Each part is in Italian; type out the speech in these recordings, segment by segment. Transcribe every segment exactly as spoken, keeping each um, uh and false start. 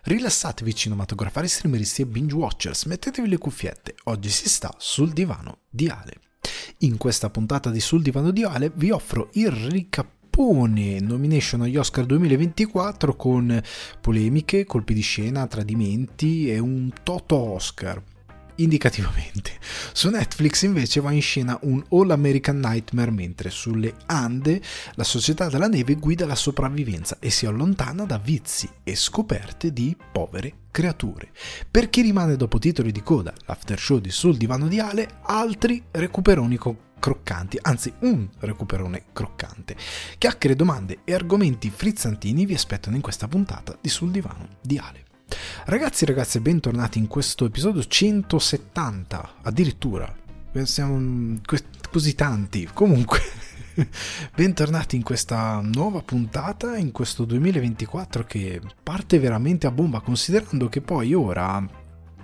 Rilassatevi cinematografari, streameristi e binge watchers, mettetevi le cuffiette, oggi si sta sul divano di Ale. In questa puntata di Sul divano di Ale vi offro il ricappone nomination agli Oscar duemilaventiquattro con polemiche, colpi di scena, tradimenti e un toto Oscar. Indicativamente. Su Netflix invece va in scena un All American Nightmare, mentre sulle Ande la Società della Neve guida la sopravvivenza e si allontana da vizi e scoperte di povere creature. Per chi rimane dopo titoli di coda, l'after show di Sul divano di Ale, altri recuperoni croccanti, anzi un recuperone croccante. Chiacchiere, domande e argomenti frizzantini vi aspettano in questa puntata di Sul divano di Ale. Ragazzi e ragazze, bentornati in questo episodio centosettanta, addirittura, siamo così tanti, comunque, bentornati in questa nuova puntata, in questo duemilaventiquattro che parte veramente a bomba, considerando che poi ora,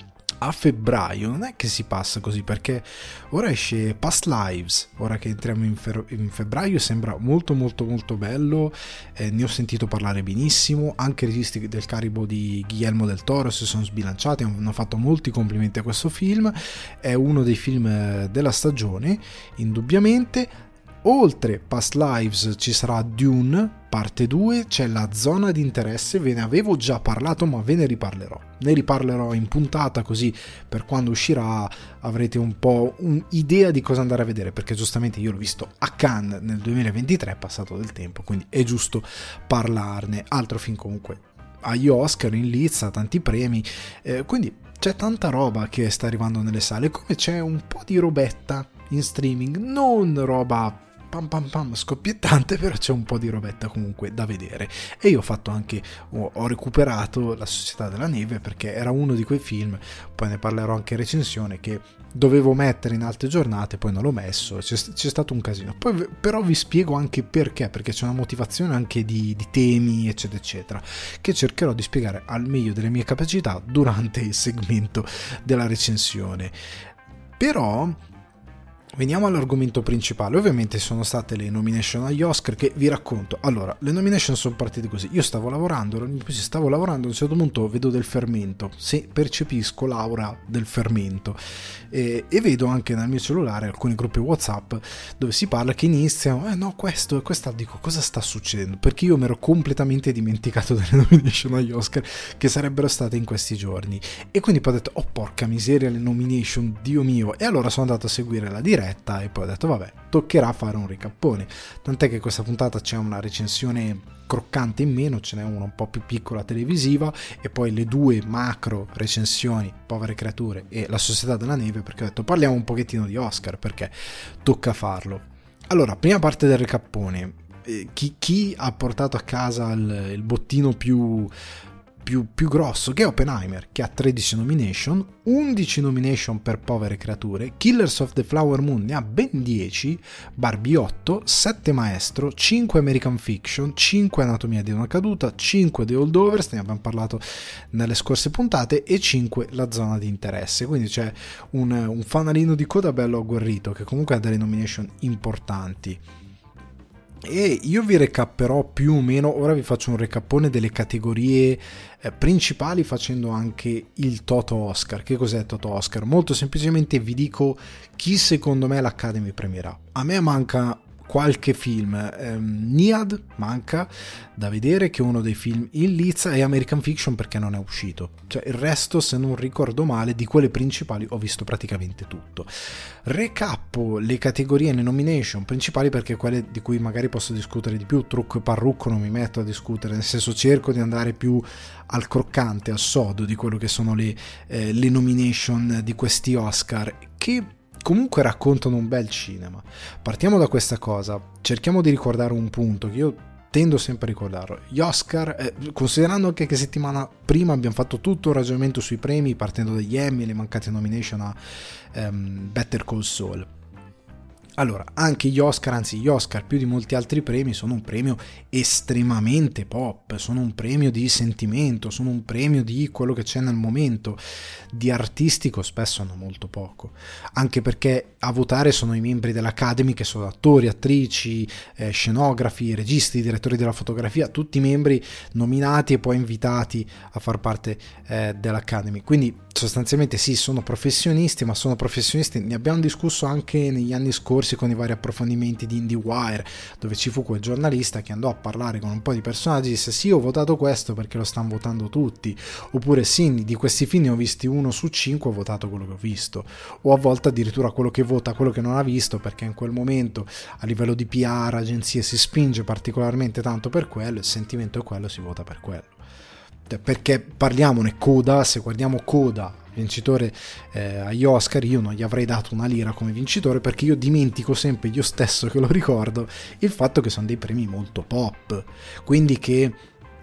a febbraio, non è che si passa così, perché ora esce Past Lives, ora che entriamo in, fer- in febbraio, sembra molto molto molto bello, eh, ne ho sentito parlare benissimo, anche i registi del calibro di Guillermo del Toro si sono sbilanciati, hanno fatto molti complimenti a questo film, è uno dei film della stagione, indubbiamente. Oltre Past Lives ci sarà Dune parte due, c'è la zona di interesse, ve ne avevo già parlato ma ve ne riparlerò, ne riparlerò in puntata, così per quando uscirà avrete un po' un'idea di cosa andare a vedere, perché giustamente io l'ho visto a Cannes nel duemilaventitré, è passato del tempo, quindi è giusto parlarne. Altro film comunque agli Oscar, in lizza, tanti premi, eh, quindi c'è tanta roba che sta arrivando nelle sale, come c'è un po' di robetta in streaming, non roba pam pam pam scoppiettante, però c'è un po' di robetta comunque da vedere. E io ho fatto anche, ho recuperato La Società della Neve, perché era uno di quei film, poi ne parlerò anche in recensione, che dovevo mettere in altre giornate, poi non l'ho messo, c'è, c'è stato un casino. Poi però vi spiego anche perché, perché c'è una motivazione anche di, di temi eccetera eccetera, che cercherò di spiegare al meglio delle mie capacità durante il segmento della recensione. Però veniamo all'argomento principale. Ovviamente sono state le nomination agli Oscar, che vi racconto. Allora, le nomination sono partite così. Io stavo lavorando, stavo lavorando, a un certo punto vedo del fermento, se percepisco l'aura del fermento, e, e vedo anche nel mio cellulare alcuni gruppi WhatsApp dove si parla che iniziano, eh no, questo e questa, dico, cosa sta succedendo? Perché io mi ero completamente dimenticato delle nomination agli Oscar che sarebbero state in questi giorni. E quindi poi ho detto, oh porca miseria, le nomination, Dio mio. E allora sono andato a seguire la diretta e poi ho detto vabbè, toccherà fare un ricappone, tant'è che questa puntata c'è una recensione croccante in meno, ce n'è una un po' più piccola televisiva e poi le due macro recensioni, Povere creature e La Società della Neve, perché ho detto parliamo un pochettino di Oscar, perché tocca farlo. Allora, prima parte del ricappone, eh, chi, chi ha portato a casa il, il bottino più Più, più grosso, che è Oppenheimer, che ha tredici nomination, undici nomination per Povere creature, Killers of the Flower Moon ne ha ben dieci, Barbie otto, sette Maestro, cinque American Fiction, cinque Anatomia di una caduta, cinque The Holdovers, ne abbiamo parlato nelle scorse puntate, e cinque La zona di interesse. Quindi c'è un, un fanalino di coda bello agguerrito che comunque ha delle nomination importanti. E io vi recapperò più o meno, ora vi faccio un recappone delle categorie eh, principali, facendo anche il Toto Oscar. Che cos'è il Toto Oscar? Molto semplicemente vi dico chi secondo me l'Academy premierà. A me manca qualche film, ehm, Niad manca da vedere, che è uno dei film in lizza, e American Fiction perché non è uscito. Cioè il resto, se non ricordo male, di quelle principali ho visto praticamente tutto. Recappo le categorie e le nomination principali, perché quelle di cui magari posso discutere di più, trucco e parrucco non mi metto a discutere, nel senso cerco di andare più al croccante, al sodo di quello che sono le, eh, le nomination di questi Oscar, che comunque raccontano un bel cinema. Partiamo da questa cosa, cerchiamo di ricordare un punto che io tendo sempre a ricordarlo. Gli Oscar, eh, considerando anche che settimana prima abbiamo fatto tutto un ragionamento sui premi, partendo dagli Emmy e le mancate nomination a um, Better Call Saul. Allora, anche gli Oscar, anzi gli Oscar più di molti altri premi, sono un premio estremamente pop, sono un premio di sentimento, sono un premio di quello che c'è nel momento. Di artistico spesso hanno molto poco, anche perché a votare sono i membri dell'Academy, che sono attori, attrici, eh, scenografi, registi, direttori della fotografia, tutti membri nominati e poi invitati a far parte eh, dell'Academy. Quindi sostanzialmente sì, sono professionisti, ma sono professionisti, ne abbiamo discusso anche negli anni scorsi con i vari approfondimenti di IndieWire, dove ci fu quel giornalista che andò a parlare con un po' di personaggi e disse: sì, ho votato questo perché lo stanno votando tutti, oppure sì, di questi film ne ho visti uno su cinque, ho votato quello che ho visto, o a volte addirittura quello che vota quello che non ha visto, perché in quel momento a livello di P R, agenzie, si spinge particolarmente tanto per quello, il sentimento è quello, si vota per quello. Perché parliamone, Coda, se guardiamo Coda vincitore eh, agli Oscar, io non gli avrei dato una lira come vincitore, perché io dimentico sempre, io stesso che lo ricordo, il fatto che sono dei premi molto pop, quindi che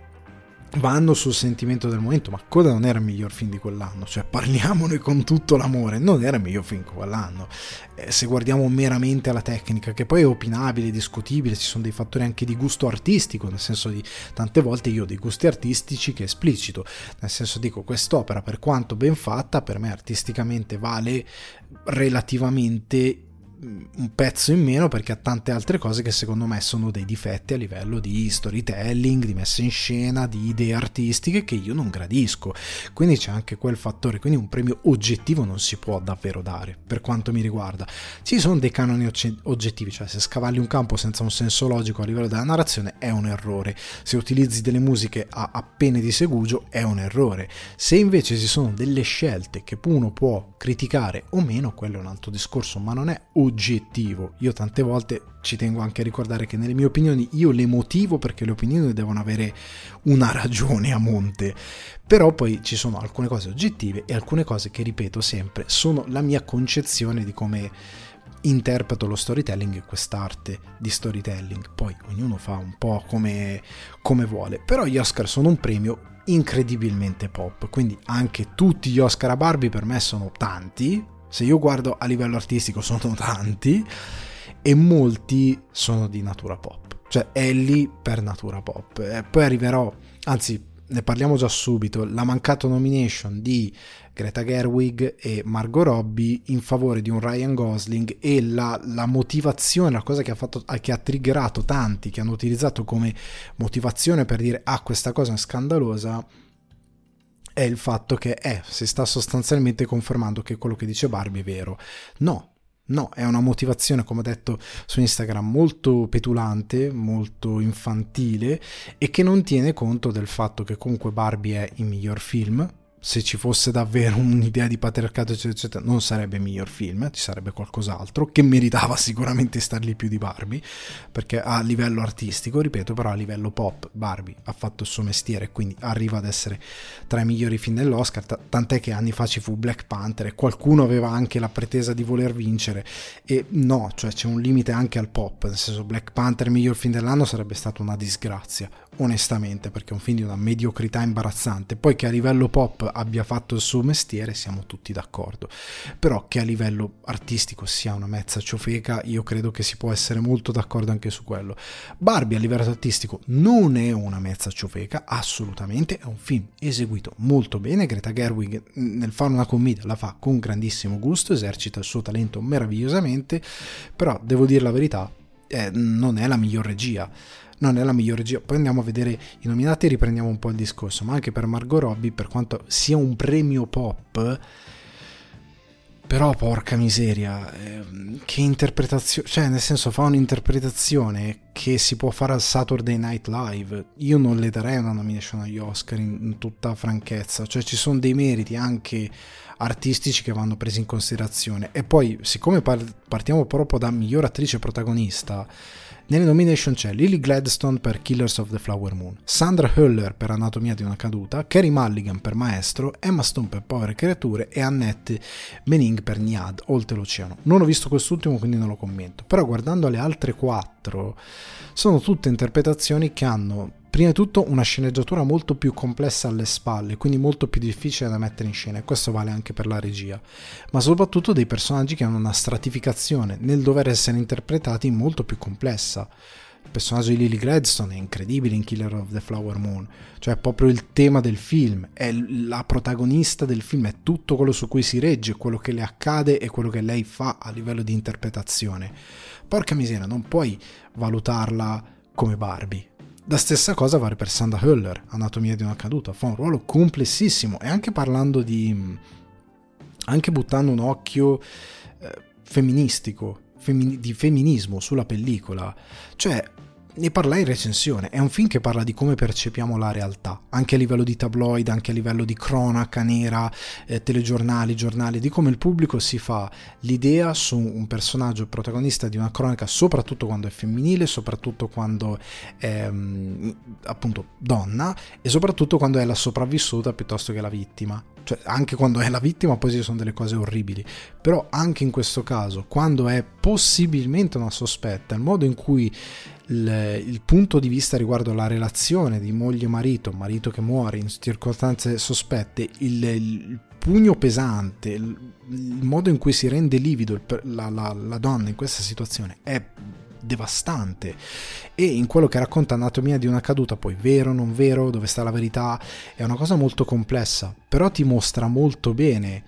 vanno sul sentimento del momento. Ma Coda non era il miglior film di quell'anno, cioè parliamone con tutto l'amore, non era il miglior film di quell'anno. Eh, se guardiamo meramente alla tecnica, che poi è opinabile, discutibile, ci sono dei fattori anche di gusto artistico, nel senso di tante volte io ho dei gusti artistici che esplicito, nel senso dico quest'opera per quanto ben fatta per me artisticamente vale relativamente un pezzo in meno, perché ha tante altre cose che secondo me sono dei difetti a livello di storytelling, di messa in scena, di idee artistiche che io non gradisco. Quindi c'è anche quel fattore, quindi un premio oggettivo non si può davvero dare per quanto mi riguarda. Ci sono dei canoni oggettivi, cioè se scavalli un campo senza un senso logico a livello della narrazione è un errore, se utilizzi delle musiche a, a pene di segugio è un errore, se invece ci sono delle scelte che uno può criticare o meno, quello è un altro discorso, ma non è oggettivo. Io tante volte ci tengo anche a ricordare che nelle mie opinioni io le motivo, perché le opinioni devono avere una ragione a monte, però poi ci sono alcune cose oggettive e alcune cose che, ripeto sempre, sono la mia concezione di come interpreto lo storytelling e quest'arte di storytelling. Poi ognuno fa un po' come, come vuole, però gli Oscar sono un premio incredibilmente pop, quindi anche tutti gli Oscar a Barbie per me sono tanti, se io guardo a livello artistico sono tanti, e molti sono di natura pop, cioè è lì per natura pop. E poi arriverò, anzi ne parliamo già subito, la mancata nomination di Greta Gerwig e Margot Robbie in favore di un Ryan Gosling, e la, la motivazione, la cosa che ha fatto, che ha triggerato tanti, che hanno utilizzato come motivazione per dire ah questa cosa è scandalosa, è il fatto che eh, si sta sostanzialmente confermando che quello che dice Barbie è vero. No, no, è una motivazione, come ho detto su Instagram, molto petulante, molto infantile, e che non tiene conto del fatto che comunque Barbie è il miglior film. Se ci fosse davvero un'idea di patriarcato eccetera eccetera, non sarebbe il miglior film, ci sarebbe qualcos'altro che meritava sicuramente star lì più di Barbie, perché a livello artistico, ripeto, però a livello pop Barbie ha fatto il suo mestiere, quindi arriva ad essere tra i migliori film dell'Oscar, t- tant'è che anni fa ci fu Black Panther e qualcuno aveva anche la pretesa di voler vincere, e no, cioè c'è un limite anche al pop, nel senso Black Panther miglior film dell'anno sarebbe stata una disgrazia, onestamente, perché è un film di una mediocrità imbarazzante. Poi che a livello pop abbia fatto il suo mestiere siamo tutti d'accordo, però che a livello artistico sia una mezza ciofeca, io credo che si può essere molto d'accordo anche su quello. Barbie a livello artistico non è una mezza ciofeca, assolutamente, è un film eseguito molto bene. Greta Gerwig nel fare una commedia la fa con grandissimo gusto, esercita il suo talento meravigliosamente, però devo dire la verità, eh, non è la miglior regia. non è la migliore regia. Poi andiamo a vedere i nominati e riprendiamo un po' il discorso. Ma anche per Margot Robbie, per quanto sia un premio pop, però porca miseria, eh, che interpretazione, cioè nel senso fa un'interpretazione che si può fare al Saturday Night Live. Io non le darei una nomination agli Oscar, in, in tutta franchezza, cioè ci sono dei meriti anche artistici che vanno presi in considerazione. E poi siccome par- partiamo proprio da miglior attrice protagonista, nelle nomination c'è Lily Gladstone per Killers of the Flower Moon, Sandra Hüller per Anatomia di una caduta, Carey Mulligan per Maestro, Emma Stone per Povere creature e Annette Bening per Niad, Oltre l'oceano. Non ho visto quest'ultimo, quindi non lo commento, però guardando le altre quattro sono tutte interpretazioni che hanno prima di tutto una sceneggiatura molto più complessa alle spalle, quindi molto più difficile da mettere in scena, e questo vale anche per la regia, ma soprattutto dei personaggi che hanno una stratificazione nel dover essere interpretati molto più complessa. Il personaggio di Lily Gladstone è incredibile in Killer of the Flower Moon, cioè è proprio il tema del film, è la protagonista del film, è tutto quello su cui si regge, quello che le accade e quello che lei fa a livello di interpretazione. Porca miseria, non puoi valutarla come Barbie. La stessa cosa vale per Sandra Hüller, Anatomia di una caduta, fa un ruolo complessissimo, e anche parlando di, anche buttando un occhio eh, femministico, femmini, di femminismo sulla pellicola, cioè ne parlai in recensione, è un film che parla di come percepiamo la realtà, anche a livello di tabloid, anche a livello di cronaca nera, eh, telegiornali, giornali, di come il pubblico si fa l'idea su un personaggio protagonista di una cronaca, soprattutto quando è femminile, soprattutto quando è appunto donna, e soprattutto quando è la sopravvissuta piuttosto che la vittima. Cioè, anche quando è la vittima poi ci sono delle cose orribili, però anche in questo caso, quando è possibilmente una sospetta, il modo in cui il, il punto di vista riguardo la relazione di moglie e marito, marito che muore in circostanze sospette, il, il pugno pesante, il, il modo in cui si rende livido il, la, la, la donna in questa situazione è devastante, e in quello che racconta Anatomia di una caduta, poi vero, non vero, dove sta la verità, è una cosa molto complessa, però ti mostra molto bene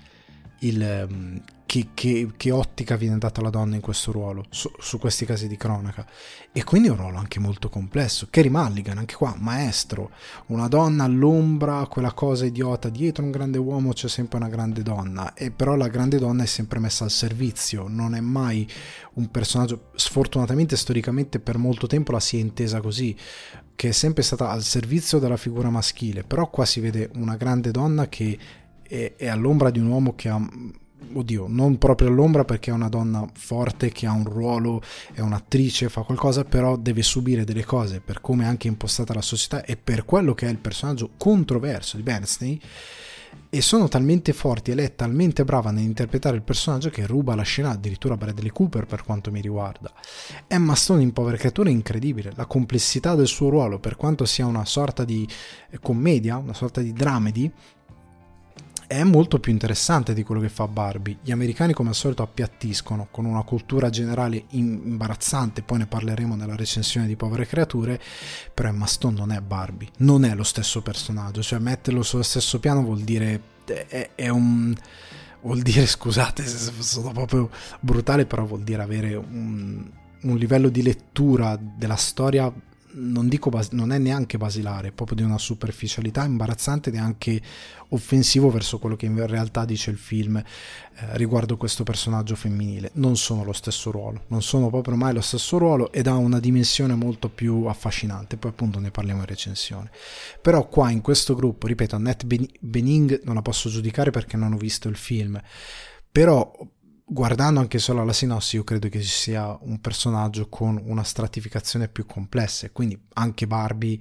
il che, che, che ottica viene data alla donna in questo ruolo, su, su questi casi di cronaca, e quindi è un ruolo anche molto complesso. Carey Mulligan, anche qua, maestro, una donna all'ombra, quella cosa idiota, dietro un grande uomo c'è sempre una grande donna, e però la grande donna è sempre messa al servizio, non è mai un personaggio, sfortunatamente storicamente per molto tempo la si è intesa così, che è sempre stata al servizio della figura maschile, però qua si vede una grande donna che è, è all'ombra di un uomo che ha, oddio, non proprio all'ombra, perché è una donna forte che ha un ruolo, è un'attrice, fa qualcosa, però deve subire delle cose per come è anche impostata la società e per quello che è il personaggio controverso di Bernstein, e sono talmente forti e lei è talmente brava nell'interpretare il personaggio che ruba la scena addirittura a Bradley Cooper per quanto mi riguarda. Emma Stone in Povere Creature è incredibile, la complessità del suo ruolo, per quanto sia una sorta di commedia, una sorta di dramedy, è molto più interessante di quello che fa Barbie. Gli americani come al solito appiattiscono con una cultura generale imbarazzante, poi ne parleremo nella recensione di Povere Creature, però Emma Stone non è Barbie, non è lo stesso personaggio, cioè metterlo sullo stesso piano vuol dire è, è un vuol dire, scusate se sono proprio brutale, però vuol dire avere un, un livello di lettura della storia, non dico bas- non è neanche basilare, proprio di una superficialità imbarazzante ed è anche offensivo verso quello che in realtà dice il film eh, riguardo questo personaggio femminile. Non sono lo stesso ruolo, non sono proprio mai lo stesso ruolo, ed ha una dimensione molto più affascinante, poi appunto ne parliamo in recensione. Però qua in questo gruppo, ripeto, Annette Bening non la posso giudicare perché non ho visto il film, però guardando anche solo alla sinossi io credo che ci sia un personaggio con una stratificazione più complessa, e quindi anche Barbie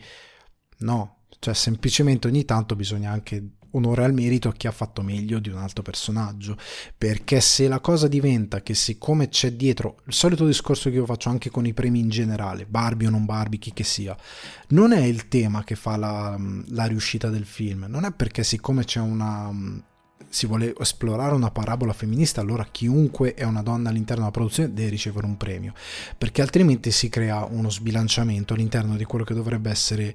no, cioè semplicemente ogni tanto bisogna anche onore al merito a chi ha fatto meglio di un altro personaggio, perché se la cosa diventa che siccome c'è dietro il solito discorso che io faccio anche con i premi in generale, Barbie o non Barbie, chi che sia, non è il tema che fa la, la riuscita del film, non è perché siccome c'è una si vuole esplorare una parabola femminista allora chiunque è una donna all'interno della produzione deve ricevere un premio, perché altrimenti si crea uno sbilanciamento all'interno di quello che dovrebbe essere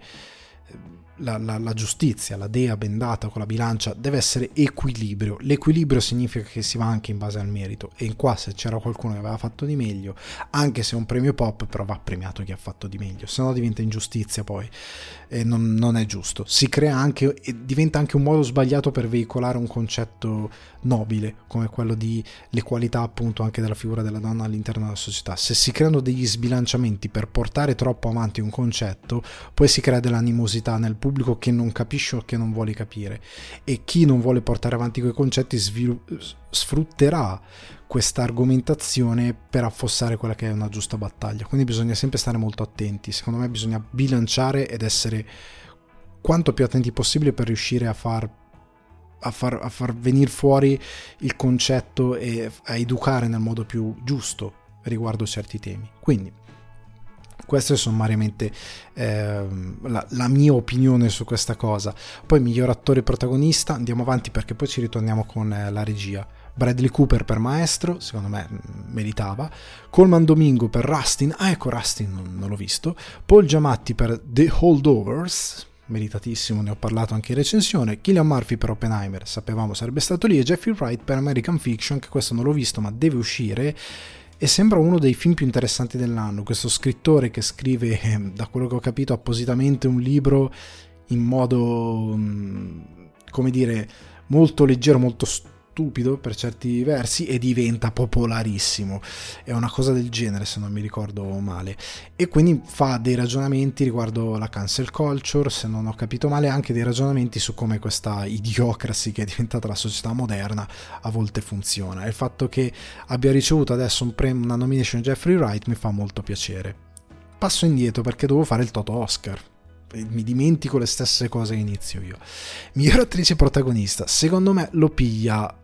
la, la, la giustizia, la dea bendata con la bilancia, deve essere equilibrio. L'equilibrio significa che si va anche in base al merito, e in qua se c'era qualcuno che aveva fatto di meglio, anche se è un premio pop, però va premiato chi ha fatto di meglio, se no diventa ingiustizia poi, e non, non è giusto, si crea anche e diventa anche un modo sbagliato per veicolare un concetto nobile come quello di l'equalità appunto anche della figura della donna all'interno della società. Se si creano degli sbilanciamenti per portare troppo avanti un concetto, poi si crea dell'animosità nel pubblico che non capisce o che non vuole capire, e chi non vuole portare avanti quei concetti svilu- sfrutterà questa argomentazione per affossare quella che è una giusta battaglia. Quindi bisogna sempre stare molto attenti, secondo me bisogna bilanciare ed essere quanto più attenti possibile per riuscire a far a far, a far venire fuori il concetto e a educare nel modo più giusto riguardo certi temi. Quindi Questa è sommariamente eh, la, la mia opinione su questa cosa. Poi miglior attore protagonista, andiamo avanti perché poi ci ritorniamo con eh, la regia. Bradley Cooper per Maestro, secondo me meritava. Colman Domingo per Rustin, ah ecco Rustin non, non l'ho visto. Paul Giamatti per The Holdovers, meritatissimo, ne ho parlato anche in recensione. Cillian Murphy per Oppenheimer, sapevamo sarebbe stato lì, e Jeffrey Wright per American Fiction, che questo non l'ho visto ma deve uscire e sembra uno dei film più interessanti dell'anno. Questo scrittore che scrive, da quello che ho capito, appositamente un libro in modo, come dire, molto leggero, molto stupido per certi versi, e diventa popolarissimo. È una cosa del genere, se non mi ricordo male, e quindi fa dei ragionamenti riguardo la cancel culture, se non ho capito male, anche dei ragionamenti su come questa idiocracy che è diventata la società moderna a volte funziona. E il fatto che abbia ricevuto adesso un premio, una nomination Jeffrey Wright, mi fa molto piacere. Passo indietro perché devo fare il Toto Oscar, mi dimentico le stesse cose che inizio io. Miglior attrice protagonista, secondo me lo piglia,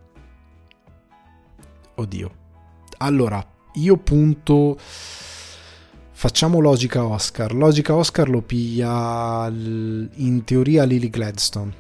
oddio, allora io punto, facciamo logica Oscar. Logica Oscar lo piglia in teoria Lily Gladstone.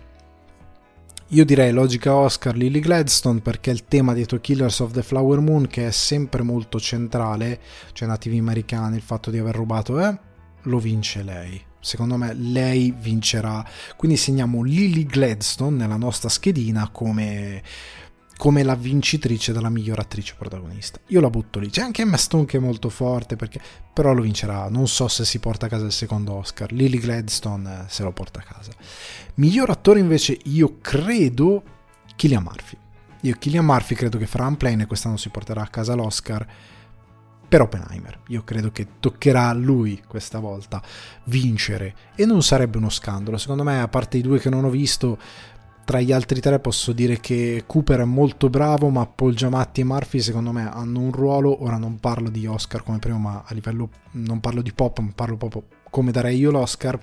Io direi logica Oscar Lily Gladstone, perché il tema dietro Killers of the Flower Moon, che è sempre molto centrale, cioè nativi americani, il fatto di aver rubato, eh, lo vince lei. Secondo me lei vincerà, quindi segniamo Lily Gladstone nella nostra schedina come, come la vincitrice della miglior attrice protagonista. Io la butto lì. C'è anche Emma Stone che è molto forte, perché però lo vincerà. Non so se si porta a casa il secondo Oscar. Lily Gladstone se lo porta a casa. Miglior attore invece io credo Cillian Murphy. Io Cillian Murphy credo che farà un plane e quest'anno si porterà a casa l'Oscar per Oppenheimer. Io credo che toccherà a lui questa volta vincere, e non sarebbe uno scandalo. Secondo me, a parte i due che non ho visto, tra gli altri tre posso dire che Cooper è molto bravo, ma Paul Giamatti e Murphy secondo me hanno un ruolo. Ora non parlo di Oscar come prima, ma a livello, non parlo di pop, ma parlo proprio come darei io l'Oscar.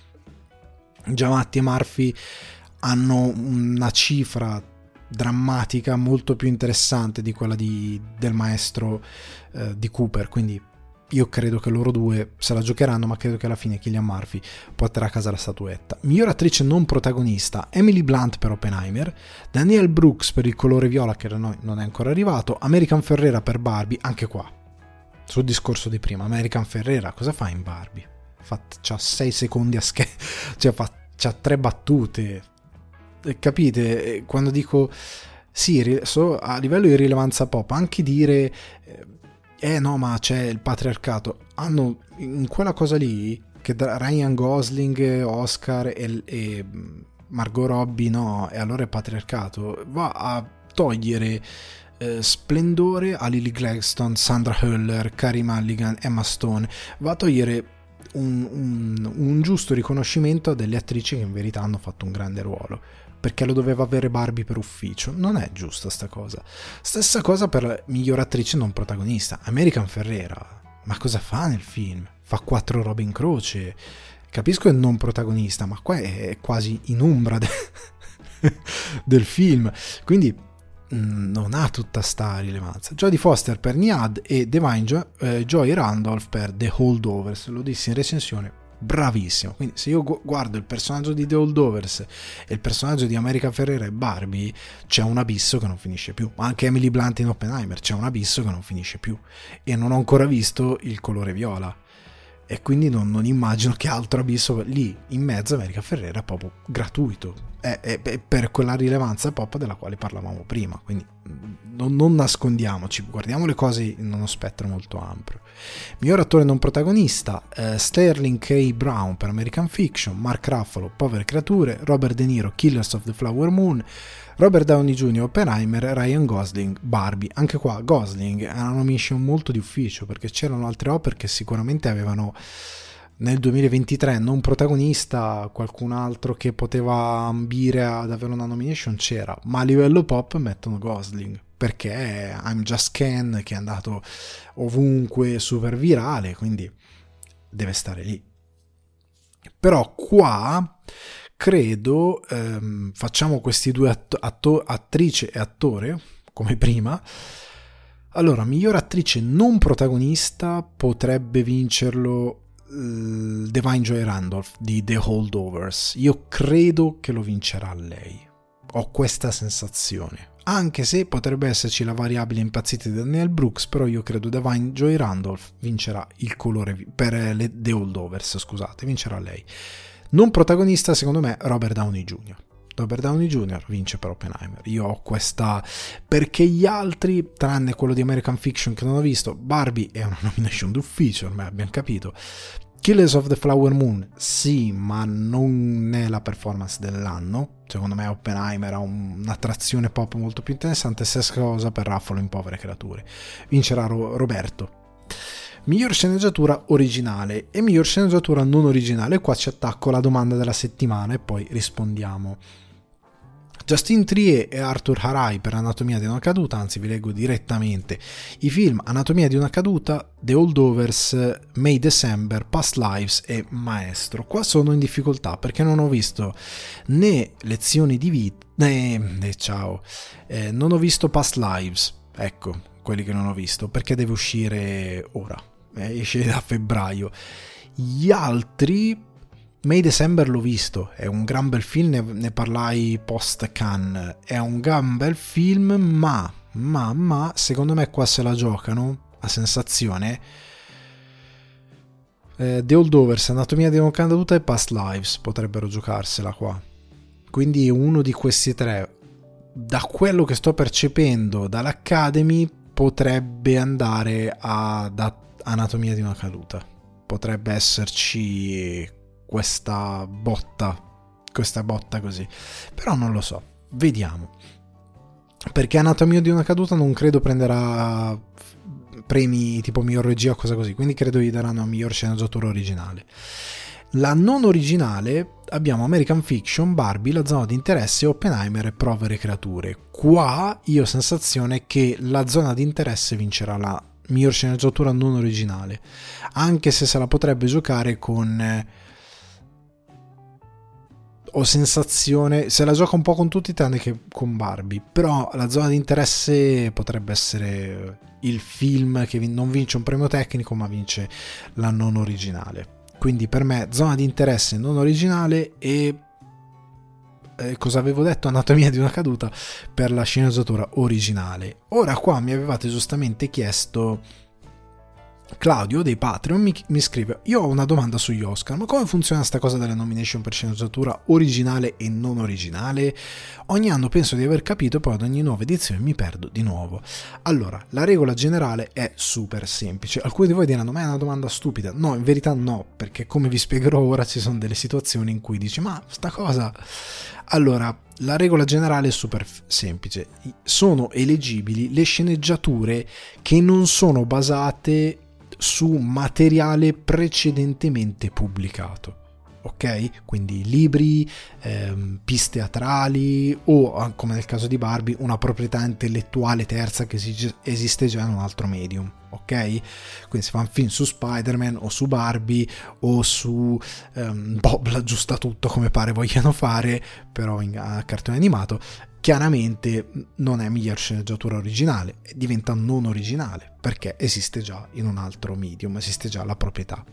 Giamatti e Murphy hanno una cifra drammatica molto più interessante di quella di, del maestro eh, di Cooper, quindi io credo che loro due se la giocheranno, ma credo che alla fine Cillian Murphy porterà a casa la statuetta. Miglior attrice non protagonista Emily Blunt per Oppenheimer, Danielle Brooks per Il colore viola, che da noi non è ancora arrivato, American Ferrera per Barbie. Anche qua sul discorso di prima, American Ferrera cosa fa in Barbie? Fa, c'ha sei secondi a schermo, cioè fa, c'ha tre battute. Capite? Quando dico sì, so, a livello di rilevanza pop, anche dire eh no ma c'è il patriarcato, hanno in quella cosa lì che Ryan Gosling, Oscar e, e Margot Robbie no, e allora è patriarcato, va a togliere eh, splendore a Lily Gladstone, Sandra Hüller, Carey Mulligan, Emma Stone, va a togliere un, un, un giusto riconoscimento a delle attrici che in verità hanno fatto un grande ruolo, perché lo doveva avere Barbie per ufficio. Non è giusta sta cosa. Stessa cosa per la miglior attrice non protagonista, American Ferrera. Ma cosa fa nel film? Fa quattro robe in croce. Capisco è non protagonista, ma qua è quasi in ombra de- del film, quindi mh, non ha tutta sta rilevanza. Jodie Foster per Niad e Divine jo- eh, Joy Randolph per The Holdovers. Lo dissi in recensione, bravissimo. Quindi se io guardo il personaggio di The Holdovers e il personaggio di America Ferrera e Barbie, c'è un abisso che non finisce più. Ma anche Emily Blunt in Oppenheimer, c'è un abisso che non finisce più, e non ho ancora visto Il colore viola, e quindi non, non immagino che altro abisso lì in mezzo. America Ferrera è proprio gratuito, è, è, è per quella rilevanza pop della quale parlavamo prima, quindi non, non nascondiamoci, guardiamo le cose in uno spettro molto ampio. Miglior attore non protagonista, eh, Sterling K. Brown per American Fiction, Mark Ruffalo Povere creature, Robert De Niro Killers of the Flower Moon, Robert Downey junior Oppenheimer, Ryan Gosling Barbie. Anche qua Gosling è una nomination molto di ufficio, perché c'erano altre opere che sicuramente avevano nel duemilaventitré non protagonista, qualcun altro che poteva ambire ad avere una nomination c'era, ma a livello pop mettono Gosling perché I'm Just Ken, che è andato ovunque, super virale, quindi deve stare lì. Però qua credo ehm, facciamo questi due atto- atto- attrice e attore come prima, Allora, miglior attrice non protagonista potrebbe vincerlo uh, Da'Vine Joy Randolph di The Holdovers. Io credo che lo vincerà lei. Ho questa sensazione. Anche se potrebbe esserci la variabile impazzita di Daniel Brooks, però io credo Da'Vine Joy Randolph vincerà il colore per le The Holdovers, scusate, vincerà lei. Non protagonista, secondo me, Robert Downey junior Robert Downey junior vince per Oppenheimer. Io ho questa, perché gli altri, tranne quello di American Fiction che non ho visto, Barbie è una nomination d'ufficio, ormai abbiamo capito. Killers of the Flower Moon, sì, ma non è la performance dell'anno. Secondo me Oppenheimer ha un'attrazione pop molto più interessante. Stessa cosa per Raffalo in Povere Creature. Vincerà Ro- Roberto. Miglior sceneggiatura originale e miglior sceneggiatura non originale. Qua ci attacco la domanda della settimana e poi rispondiamo. Justin Trier e Arthur Harai per Anatomia di una caduta, anzi vi leggo direttamente i film: Anatomia di una caduta, The Holdovers, May December, Past Lives e Maestro. Qua sono in difficoltà perché non ho visto né Lezioni di vita né, né ciao eh, non ho visto Past Lives, ecco, quelli che non ho visto, perché deve uscire ora, eh, esce da febbraio. Gli altri, May December l'ho visto, è un gran bel film, ne, ne parlai post Cannes, è un gran bel film, ma, ma, ma, secondo me qua se la giocano, a sensazione, eh, The Holdovers, Anatomia di una caduta e Past Lives potrebbero giocarsela qua. Quindi uno di questi tre, da quello che sto percependo dall'Academy, potrebbe andare ad Anatomia di una caduta. Potrebbe esserci questa botta, questa botta così, però non lo so, vediamo, perché Anatomia di una caduta non credo prenderà premi tipo miglior regia o cosa così, quindi credo gli daranno miglior sceneggiatura originale. La non originale abbiamo American Fiction, Barbie, La zona di interesse, Oppenheimer e Povere Creature. Qua io ho sensazione che La zona di interesse vincerà la miglior sceneggiatura non originale, anche se se la potrebbe giocare con, ho sensazione, se la gioca un po' con tutti tranne che con Barbie, però La zona di interesse potrebbe essere il film che non vince un premio tecnico ma vince la non originale. Quindi per me zona di interesse non originale e eh, cosa avevo detto? Anatomia di una caduta per la sceneggiatura originale. Ora qua mi avevate giustamente chiesto, Claudio dei Patreon mi, mi scrive: io ho una domanda sugli Oscar, ma come funziona sta cosa delle nomination per sceneggiatura originale e non originale? Ogni anno penso di aver capito, poi ad ogni nuova edizione mi perdo di nuovo. Allora, la regola generale è super semplice. Alcuni di voi diranno: ma è una domanda stupida. No, in verità no, perché come vi spiegherò ora ci sono delle situazioni in cui dici: ma sta cosa... Allora, la regola generale è super semplice. Sono eleggibili le sceneggiature che non sono basate su materiale precedentemente pubblicato, ok? Quindi libri, ehm, piste teatrali o, come nel caso di Barbie, una proprietà intellettuale terza che esiste già in un altro medium, ok? Quindi si fa un film su Spider-Man o su Barbie o su ehm, Bob l'aggiusta tutto, come pare vogliano fare, però in a cartone animato. Chiaramente non è miglior sceneggiatura originale, diventa non originale perché esiste già in un altro medium, esiste già la proprietà.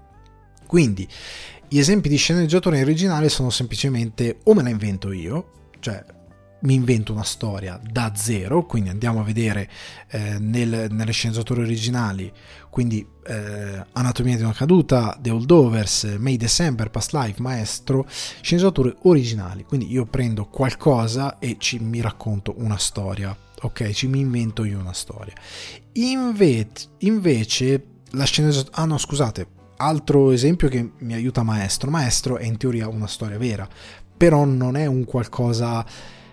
Quindi gli esempi di sceneggiatura originale sono semplicemente o me la invento io, cioè mi invento una storia da zero, quindi andiamo a vedere eh, nel, nelle sceneggiature originali, quindi eh, Anatomia di una caduta, The Holdovers, May December, Past Life, Maestro, sceneggiature originali, quindi io prendo qualcosa e ci mi racconto una storia, ok, ci mi invento io una storia. Inve- invece la sceneggiatura, ah no scusate, altro esempio che mi aiuta Maestro, Maestro è in teoria una storia vera, però non è un qualcosa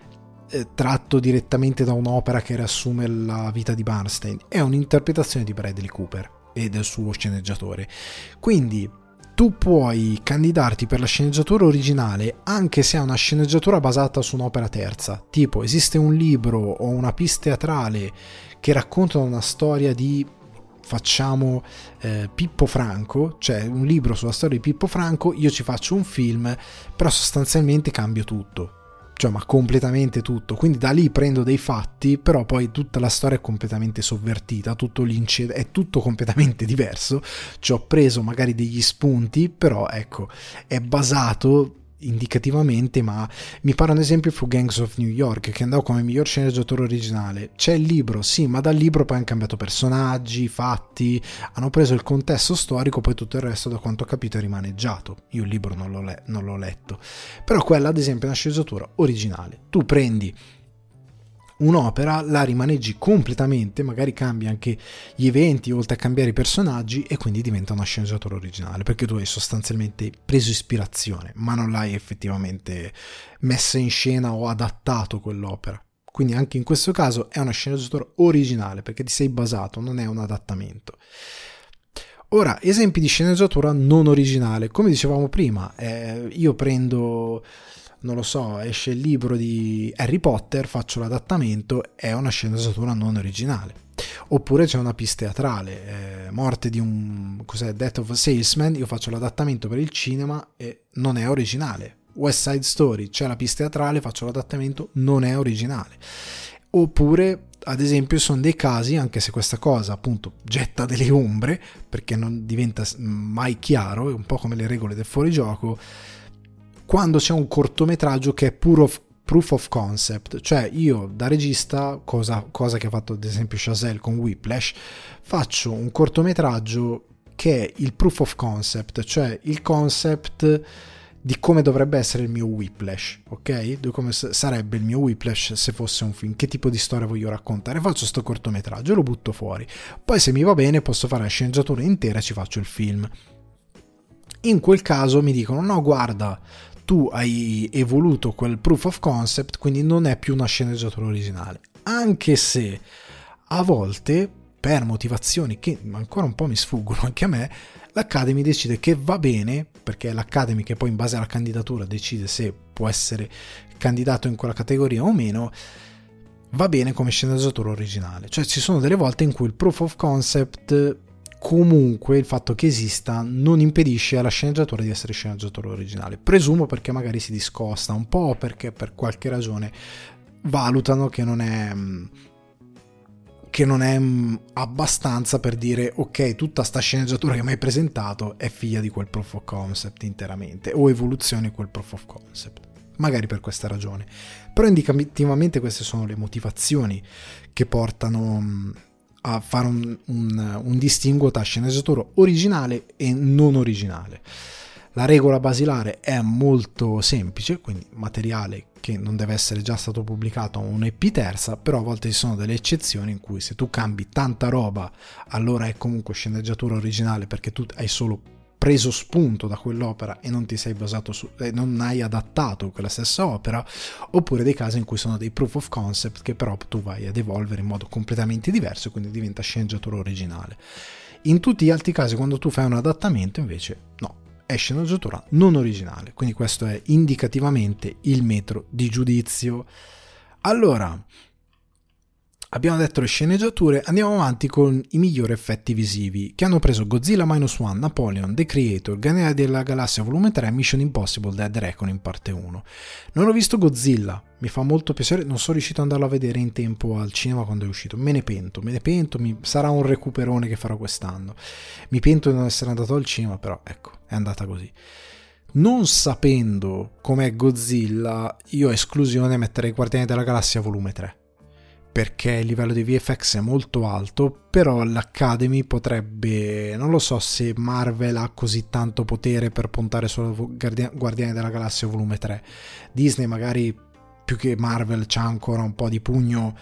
tratto direttamente da un'opera che riassume la vita di Bernstein, è un'interpretazione di Bradley Cooper e del suo sceneggiatore. Quindi tu puoi candidarti per la sceneggiatura originale anche se è una sceneggiatura basata su un'opera terza, tipo esiste un libro o una pista teatrale che raccontano una storia di, facciamo eh, Pippo Franco, cioè un libro sulla storia di Pippo Franco, io ci faccio un film, però sostanzialmente cambio tutto. cioè ma completamente tutto, quindi da lì prendo dei fatti, però poi tutta la storia è completamente sovvertita, tutto l'incidente è tutto completamente diverso, ci ho preso magari degli spunti, però ecco, è basato indicativamente, ma mi pare ad esempio fu Gangs of New York, che andò come miglior sceneggiatore originale. C'è il libro, sì, ma dal libro poi hanno cambiato personaggi, fatti, hanno preso il contesto storico, poi tutto il resto, da quanto ho capito, è rimaneggiato. Io il libro non l'ho, le- non l'ho letto, però quella ad esempio è una sceneggiatura originale. Tu prendi un'opera, la rimaneggi completamente, magari cambi anche gli eventi oltre a cambiare i personaggi, e quindi diventa una sceneggiatura originale, perché tu hai sostanzialmente preso ispirazione ma non l'hai effettivamente messa in scena o adattato quell'opera. Quindi anche in questo caso è una sceneggiatura originale, perché ti sei basato, non è un adattamento. Ora, esempi di sceneggiatura non originale, come dicevamo prima, eh, io prendo, non lo so, esce il libro di Harry Potter, faccio l'adattamento, è una sceneggiatura non originale. Oppure c'è una pièce teatrale, eh, morte di un, cos'è, Death of a Salesman, io faccio l'adattamento per il cinema e non è originale. West Side Story, c'è la pièce teatrale, faccio l'adattamento, non è originale. Oppure, ad esempio, sono dei casi, anche se questa cosa appunto getta delle ombre, perché non diventa mai chiaro, è un po' come le regole del fuorigioco, quando c'è un cortometraggio che è puro proof of concept, cioè io da regista, cosa, cosa che ha fatto ad esempio Chazelle con Whiplash, faccio un cortometraggio che è il proof of concept, cioè il concept di come dovrebbe essere il mio Whiplash, ok? Di come sarebbe il mio Whiplash se fosse un film, che tipo di storia voglio raccontare. Faccio sto cortometraggio, lo butto fuori, poi se mi va bene posso fare la sceneggiatura intera e ci faccio il film. In quel caso mi dicono no, guarda, tu hai evoluto quel proof of concept, quindi non è più una sceneggiatura originale, anche se a volte, per motivazioni che ancora un po' mi sfuggono anche a me, l'Academy decide che va bene, perché è l'Academy che poi in base alla candidatura decide se può essere candidato in quella categoria o meno, va bene come sceneggiatura originale. Cioè ci sono delle volte in cui il proof of concept, comunque il fatto che esista, non impedisce alla sceneggiatura di essere sceneggiatura originale. Presumo perché magari si discosta un po', perché per qualche ragione valutano che non è... che non è abbastanza per dire ok, tutta sta sceneggiatura che mi hai presentato è figlia di quel proof of concept interamente, o evoluzione di quel proof of concept, magari per questa ragione. Però indicativamente queste sono le motivazioni che portano a fare un, un, un distinguo tra sceneggiatura originale e non originale. La regola basilare è molto semplice, quindi materiale che non deve essere già stato pubblicato a un'E P terza, però a volte ci sono delle eccezioni in cui se tu cambi tanta roba allora è comunque sceneggiatura originale, perché tu hai solo preso spunto da quell'opera e non ti sei basato su, eh, non hai adattato quella stessa opera. Oppure dei casi in cui sono dei proof of concept che però tu vai ad evolvere in modo completamente diverso e quindi diventa sceneggiatura originale. In tutti gli altri casi, quando tu fai un adattamento, invece no, è sceneggiatura non originale. Quindi questo è indicativamente il metro di giudizio. Allora, abbiamo detto le sceneggiature, andiamo avanti con i migliori effetti visivi, che hanno preso Godzilla Minus One, Napoleon, The Creator, Guardiani della Galassia Volume tre, Mission Impossible Dead Reckoning Parte uno. Non ho visto Godzilla, mi fa molto piacere, non sono riuscito ad andarlo a vedere in tempo al cinema quando è uscito, me ne pento, me ne pento, mi... sarà un recuperone che farò quest'anno. Mi pento di non essere andato al cinema, però ecco, è andata così. Non sapendo com'è Godzilla, io a esclusione metterei Guardiani della Galassia Volume tre. Perché il livello di V F X è molto alto, però l'Academy potrebbe, non lo so se Marvel ha così tanto potere per puntare solo Guardiani della Galassia Volume tre. Disney magari più che Marvel c'ha ancora un po' di pugno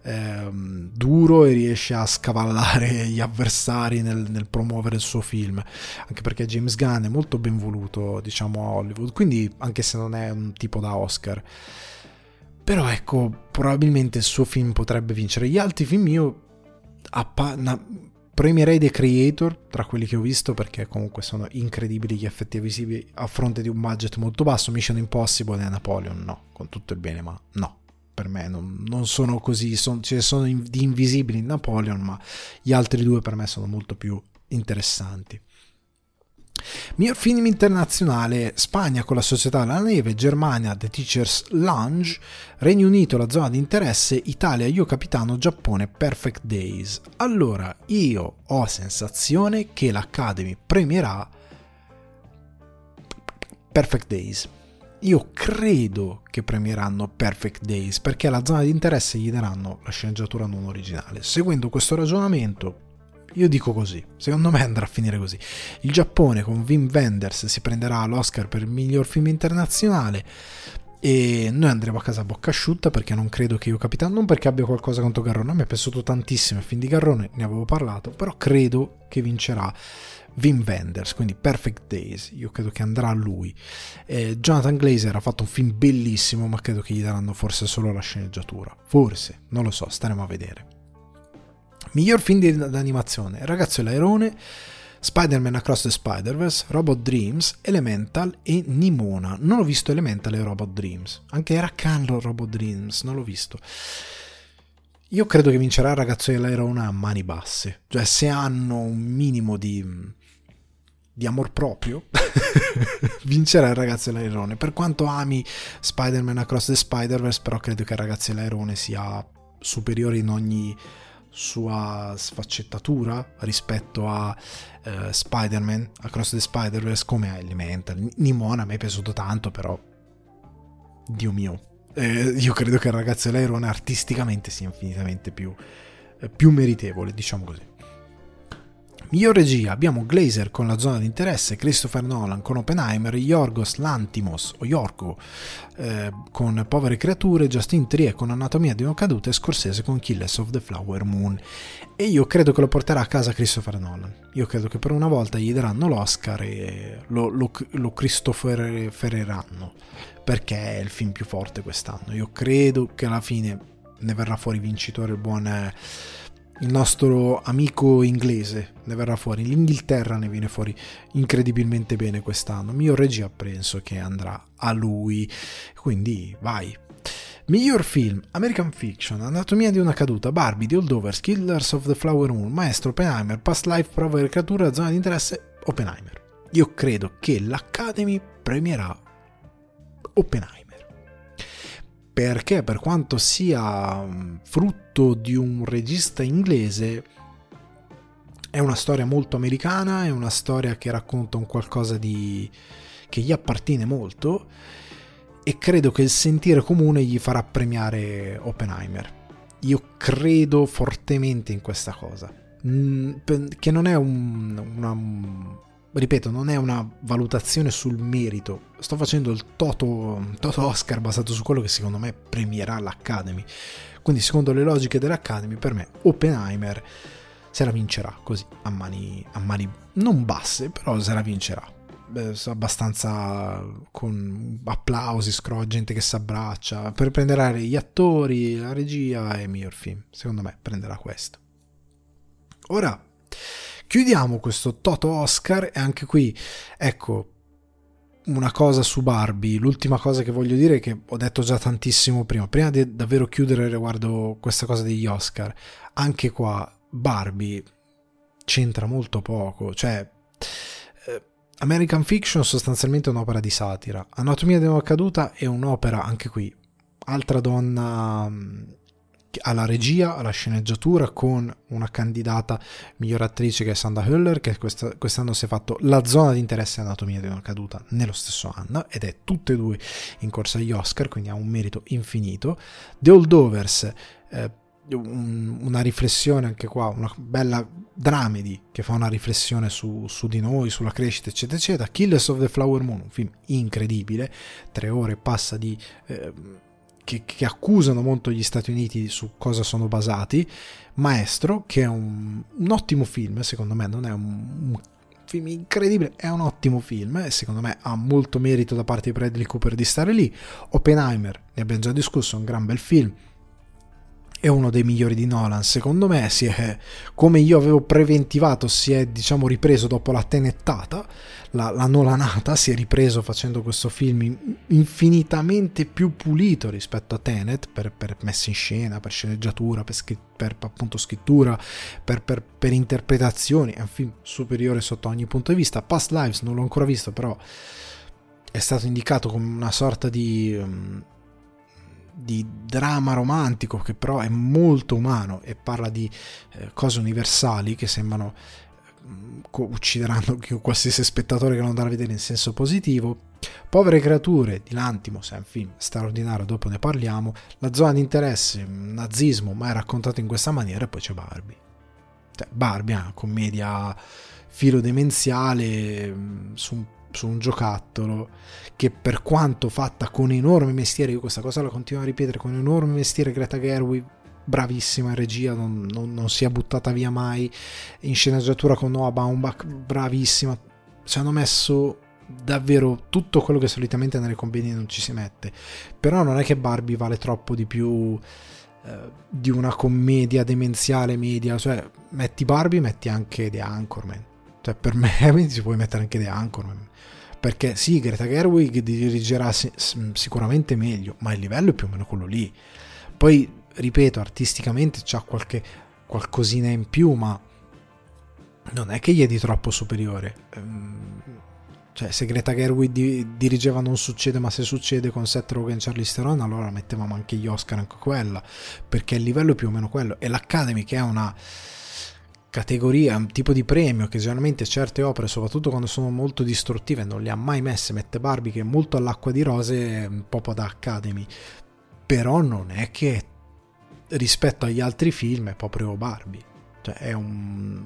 ehm, duro e riesce a scavallare gli avversari nel, nel promuovere il suo film, anche perché James Gunn è molto ben voluto, diciamo, a Hollywood, quindi anche se non è un tipo da Oscar. Però ecco, probabilmente il suo film potrebbe vincere. Gli altri film io appa- na- premierei The Creator tra quelli che ho visto, perché comunque sono incredibili gli effetti visivi a fronte di un budget molto basso. Mission Impossible e Napoleon no, con tutto il bene, ma no, per me non, non sono così. Son, ce ne sono in, di invisibili in Napoleon, ma gli altri due per me sono molto più interessanti. Miglior film internazionale: Spagna con La società della neve, Germania The Teacher's Lounge, Regno Unito La zona di interesse, Italia Io capitano, Giappone Perfect Days. Allora, io ho sensazione che l'Academy premierà Perfect Days. Io credo che premieranno Perfect Days, perché alla zona di interesse gli daranno la sceneggiatura non originale. Seguendo questo ragionamento, io dico così, secondo me andrà a finire così. Il Giappone con Wim Wenders si prenderà l'Oscar per il miglior film internazionale e noi andremo a casa a bocca asciutta, perché non credo che Io capitano, non perché abbia qualcosa contro Garrone, a me è piaciuto tantissimo il film di Garrone, ne avevo parlato, però credo che vincerà Wim Wenders, quindi Perfect Days, io credo che andrà a lui. eh, Jonathan Glazer ha fatto un film bellissimo, ma credo che gli daranno forse solo la sceneggiatura, forse, non lo so, staremo a vedere. Miglior film d'animazione: Il ragazzo e l'airone, Spider-Man Across the Spider-Verse, Robot Dreams, Elemental e Nimona. Non ho visto Elemental e Robot Dreams, anche era Canlo Robot Dreams, non l'ho visto. Io credo che vincerà Il ragazzo e l'airone a mani basse, cioè se hanno un minimo di di amor proprio vincerà Il ragazzo e l'airone. Per quanto ami Spider-Man Across the Spider-Verse, però credo che Il ragazzo e l'airone sia superiore in ogni sua sfaccettatura rispetto a uh, Spider-Man Across the Spider-Verse, come a Elemental. Nimona a me è piaciuto tanto, però Dio mio, eh, io credo che Il ragazzo e l'airone artisticamente sia infinitamente più, eh, più meritevole, diciamo così. Miglior regia: abbiamo Glazer con La zona di interesse, Christopher Nolan con Oppenheimer, Yorgos Lanthimos o Yorgo eh, con Povere creature, Justin Trier con Anatomia di una caduta e Scorsese con Killers of the Flower Moon. E io credo che lo porterà a casa Christopher Nolan. Io credo che per una volta gli daranno l'Oscar e lo, lo, lo Cristoforeranno, perché è il film più forte quest'anno. Io credo che alla fine ne verrà fuori vincitore il buon... Eh, il nostro amico inglese ne verrà fuori, l'Inghilterra ne viene fuori incredibilmente bene quest'anno. Miglior regia penso che andrà a lui, quindi vai. Miglior film: American Fiction, Anatomia di una caduta, Barbie, The Holdovers, Killers of the Flower Moon, Maestro, Oppenheimer, Past Life, Prova e creatura, Zona di interesse, Oppenheimer. Io credo che l'Academy premierà Oppenheimer, perché per quanto sia frutto di un regista inglese, è una storia molto americana, è una storia che racconta un qualcosa di che gli appartiene molto, e credo che il sentire comune gli farà premiare Oppenheimer. Io credo fortemente in questa cosa, che non è un, una ripeto, non è una valutazione sul merito. Sto facendo il toto, toto Oscar basato su quello che secondo me premierà l'Academy. Quindi, secondo le logiche dell'Academy, per me Oppenheimer se la vincerà così, a mani, a mani non basse, però se la vincerà. Beh, abbastanza con applausi, scro, gente che si abbraccia, per prendere gli attori, la regia e miglior film. Secondo me prenderà questo. Ora chiudiamo questo toto Oscar, e anche qui, ecco, una cosa su Barbie. L'ultima cosa che voglio dire, che ho detto già tantissimo prima, prima di davvero chiudere riguardo questa cosa degli Oscar, anche qua Barbie c'entra molto poco. Cioè, eh, American Fiction sostanzialmente è un'opera di satira, Anatomia di una caduta è un'opera, anche qui, altra donna alla regia, alla sceneggiatura, con una candidata miglior attrice che è Sandra Hüller, che questa, quest'anno si è fatto La zona di interesse e Anatomia di una caduta nello stesso anno, ed è tutte e due in corsa agli Oscar, quindi ha un merito infinito. The Holdovers, eh, un, una riflessione anche qua, una bella dramedy che fa una riflessione su, su di noi, sulla crescita, eccetera eccetera. Killers of the Flower Moon, un film incredibile, tre ore e passa di eh, Che, che accusano molto gli Stati Uniti su cosa sono basati. Maestro, che è un, un ottimo film, secondo me non è un, un film incredibile, è un ottimo film e secondo me ha molto merito da parte di Bradley Cooper di stare lì. Oppenheimer, ne abbiamo già discusso, è un gran bel film. è uno dei migliori di Nolan, secondo me. Si è, come io avevo preventivato, si è diciamo ripreso dopo la tenettata, la, la Nolanata, si è ripreso facendo questo film infinitamente più pulito rispetto a Tenet, per, per messa in scena, per sceneggiatura, per, scr- per appunto scrittura, per, per, per interpretazioni. È un film superiore sotto ogni punto di vista. Past Lives non l'ho ancora visto, però è stato indicato come una sorta di um, di dramma romantico che però è molto umano e parla di eh, cose universali che sembrano eh, uccideranno qualsiasi spettatore che non andrà a vedere in senso positivo. Povere creature di Lanthimos è un film straordinario, dopo ne parliamo. La zona di interesse, nazismo mai raccontato in questa maniera, e poi c'è Barbie, cioè Barbie è una commedia filo demenziale su un su un giocattolo che, per quanto fatta con enorme mestiere, io questa cosa la continuo a ripetere, con enorme mestiere, Greta Gerwig bravissima in regia, non, non, non si è buttata via mai, in sceneggiatura con Noah Baumbach bravissima, ci hanno messo davvero tutto quello che solitamente nelle commedie non ci si mette. Però non è che Barbie vale troppo di più eh, di una commedia demenziale media, cioè metti Barbie, metti anche The Anchorman, cioè per me si puoi mettere anche The Anchorman, perché sì, Greta Gerwig dirigerà sicuramente meglio, ma il livello è più o meno quello lì. Poi ripeto, artisticamente c'ha qualche qualcosina in più, ma non è che gli è di troppo superiore. Cioè, se Greta Gerwig di, dirigeva Non succede ma se succede con Seth Rogen e Charlize Theron, allora mettevamo anche gli Oscar anche quella, perché il livello è più o meno quello. E l'Academy, che è una categoria, un tipo di premio che generalmente certe opere, soprattutto quando sono molto distruttive, non le ha mai messe, mette Barbie che è molto all'acqua di rose, un po' da Academy, però non è che rispetto agli altri film è proprio Barbie, cioè è un,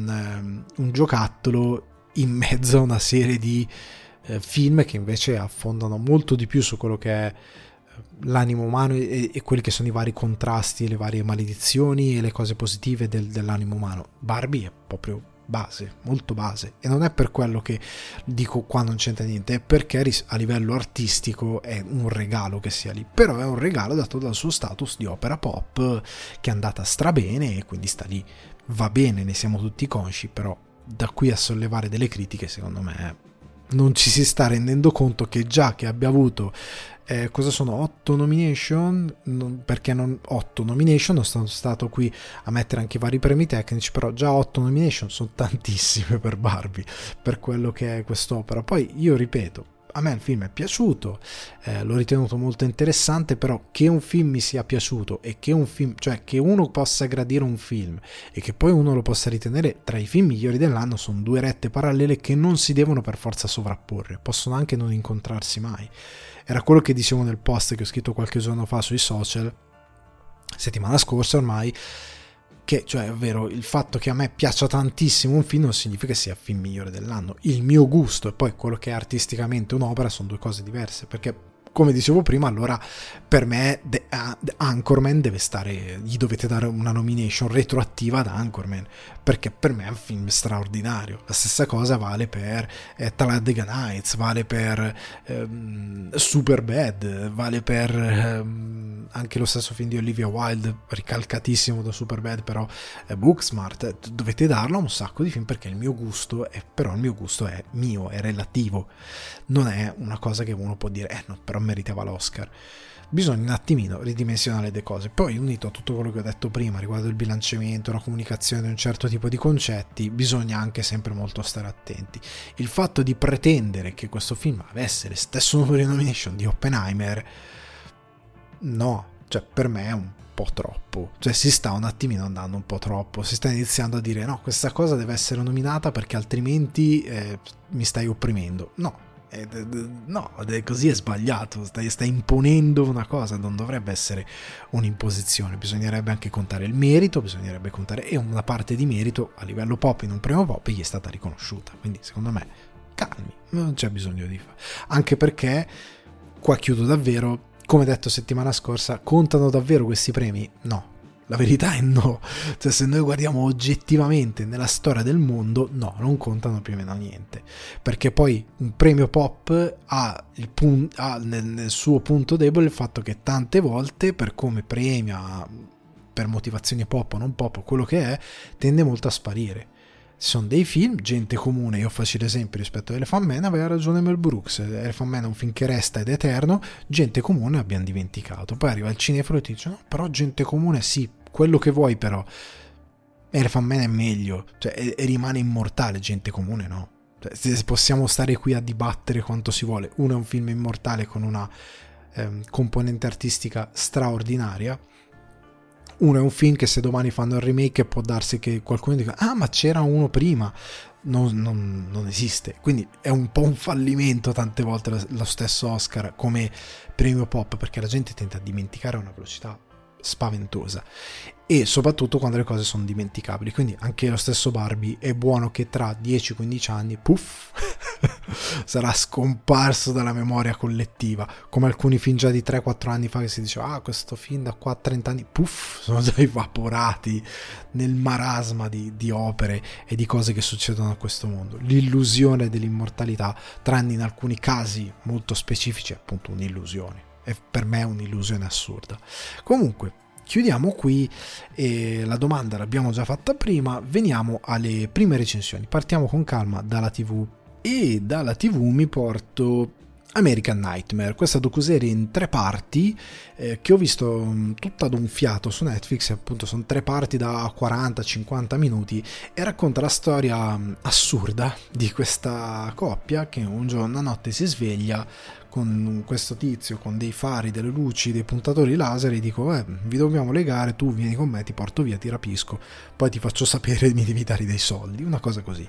un, un giocattolo in mezzo a una serie di eh, film che invece affondano molto di più su quello che è l'animo umano e, e quelli che sono i vari contrasti, le varie maledizioni e le cose positive del, dell'animo umano. Barbie è proprio base, molto base, e non è per quello che dico qua non c'entra niente, è perché a livello artistico è un regalo che sia lì, però è un regalo dato dal suo status di opera pop che è andata strabene e quindi sta lì, va bene, ne siamo tutti consci, però da qui a sollevare delle critiche secondo me non ci si sta rendendo conto che già che abbia avuto eh, cosa sono otto nomination, non, perché non otto nomination, non sono stato qui a mettere anche i vari premi tecnici, però già otto nomination sono tantissime per Barbie, per quello che è quest'opera. Poi io ripeto, a me il film è piaciuto, eh, l'ho ritenuto molto interessante, però che un film mi sia piaciuto e che un film, cioè che uno possa gradire un film e che poi uno lo possa ritenere tra i film migliori dell'anno, sono due rette parallele che non si devono per forza sovrapporre, possono anche non incontrarsi mai. Era quello che dicevo nel post che ho scritto qualche giorno fa sui social, settimana scorsa ormai, che cioè è vero, il fatto che a me piaccia tantissimo un film non significa che sia il film migliore dell'anno. Il mio gusto e poi quello che è artisticamente un'opera sono due cose diverse, perché come dicevo prima, allora per me The, uh, The Anchorman deve stare, gli dovete dare una nomination retroattiva ad Anchorman, perché per me è un film straordinario. La stessa cosa vale per eh, Talladega Nights, vale per ehm, Superbad, vale per ehm, anche lo stesso film di Olivia Wilde, ricalcatissimo da Superbad, però eh, Booksmart. Dovete darlo a un sacco di film, perché il mio gusto è, però il mio gusto è mio, è relativo, non è una cosa che uno può dire eh no, però meritava l'Oscar. Bisogna un attimino ridimensionare le cose. Poi, unito a tutto quello che ho detto prima riguardo il bilanciamento, la comunicazione di un certo tipo di concetti, bisogna anche sempre molto stare attenti. Il fatto di pretendere che questo film avesse lo stesso numero di nomination di Oppenheimer, no, cioè per me è un po' troppo, cioè si sta un attimino andando un po' troppo, si sta iniziando a dire no, questa cosa deve essere nominata perché altrimenti eh, mi stai opprimendo. No, no, così è sbagliato, stai, stai imponendo una cosa, non dovrebbe essere un'imposizione, bisognerebbe anche contare il merito, bisognerebbe contare, e una parte di merito a livello pop in un primo pop gli è stata riconosciuta, quindi secondo me calmi, non c'è bisogno di fare, anche perché qua chiudo davvero, come detto settimana scorsa, contano davvero questi premi? No. La verità è no, cioè se noi guardiamo oggettivamente nella storia del mondo, no, non contano più o meno niente, perché poi un premio pop ha, il pun- ha nel, nel suo punto debole il fatto che tante volte, per come premia per motivazioni pop o non pop, quello che è, tende molto a sparire. Sono dei film, gente comune, io faccio l'esempio rispetto a Elephant Man, aveva ragione Mel Brooks, Elephant Man è un film che resta ed è eterno, gente comune abbiamo dimenticato, poi arriva il cinefilo e ti dice no, però gente comune sì, quello che vuoi, però Elephant Man è meglio, cioè e, e rimane immortale, gente comune no, cioè, se possiamo stare qui a dibattere quanto si vuole, uno è un film immortale con una ehm, componente artistica straordinaria, uno è un film che se domani fanno il remake può darsi che qualcuno dica ah ma c'era uno prima, non, non, non esiste, quindi è un po' un fallimento tante volte lo stesso Oscar come premio pop, perché la gente tende a dimenticare a una velocità spaventosa e soprattutto quando le cose sono dimenticabili, quindi anche lo stesso Barbie è buono che tra dieci quindici anni puff sarà scomparso dalla memoria collettiva, come alcuni film già di tre quattro anni fa che si diceva ah questo film da qua a trenta anni puff sono già evaporati nel marasma di, di opere e di cose che succedono a questo mondo. L'illusione dell'immortalità, tranne in alcuni casi molto specifici, è appunto un'illusione, e per me è un'illusione assurda. Comunque chiudiamo qui, e la domanda l'abbiamo già fatta prima, veniamo alle prime recensioni, partiamo con calma dalla tivù, e dalla tivù mi porto American Nightmare, questa docuserie in tre parti eh, che ho visto mh, tutta ad un fiato su Netflix, appunto sono tre parti da quaranta cinquanta minuti e racconta la storia mh, assurda di questa coppia che un giorno, una notte si sveglia con questo tizio con dei fari, delle luci, dei puntatori laser e dico eh, vi dobbiamo legare, tu vieni con me, ti porto via, ti rapisco, poi ti faccio sapere, mi devi dare dei soldi, una cosa così.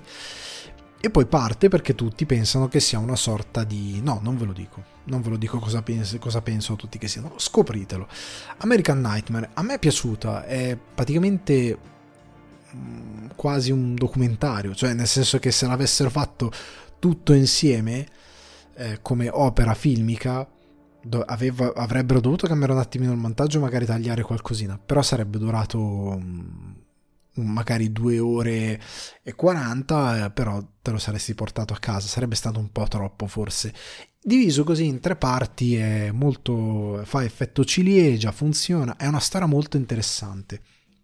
E poi parte perché tutti pensano che sia una sorta di... No, non ve lo dico. Non ve lo dico cosa penso, cosa penso tutti che siano. Scopritelo. American Nightmare. A me è piaciuta. È praticamente mh, quasi un documentario. Cioè, nel senso che se l'avessero fatto tutto insieme, eh, come opera filmica, do- aveva, avrebbero dovuto cambiare un attimino il montaggio, magari tagliare qualcosina. Però sarebbe durato... Mh, magari due ore e quaranta, eh, però te lo saresti portato a casa, sarebbe stato un po' troppo forse. Diviso così in tre parti è molto, fa effetto ciliegia, funziona, è una storia molto interessante.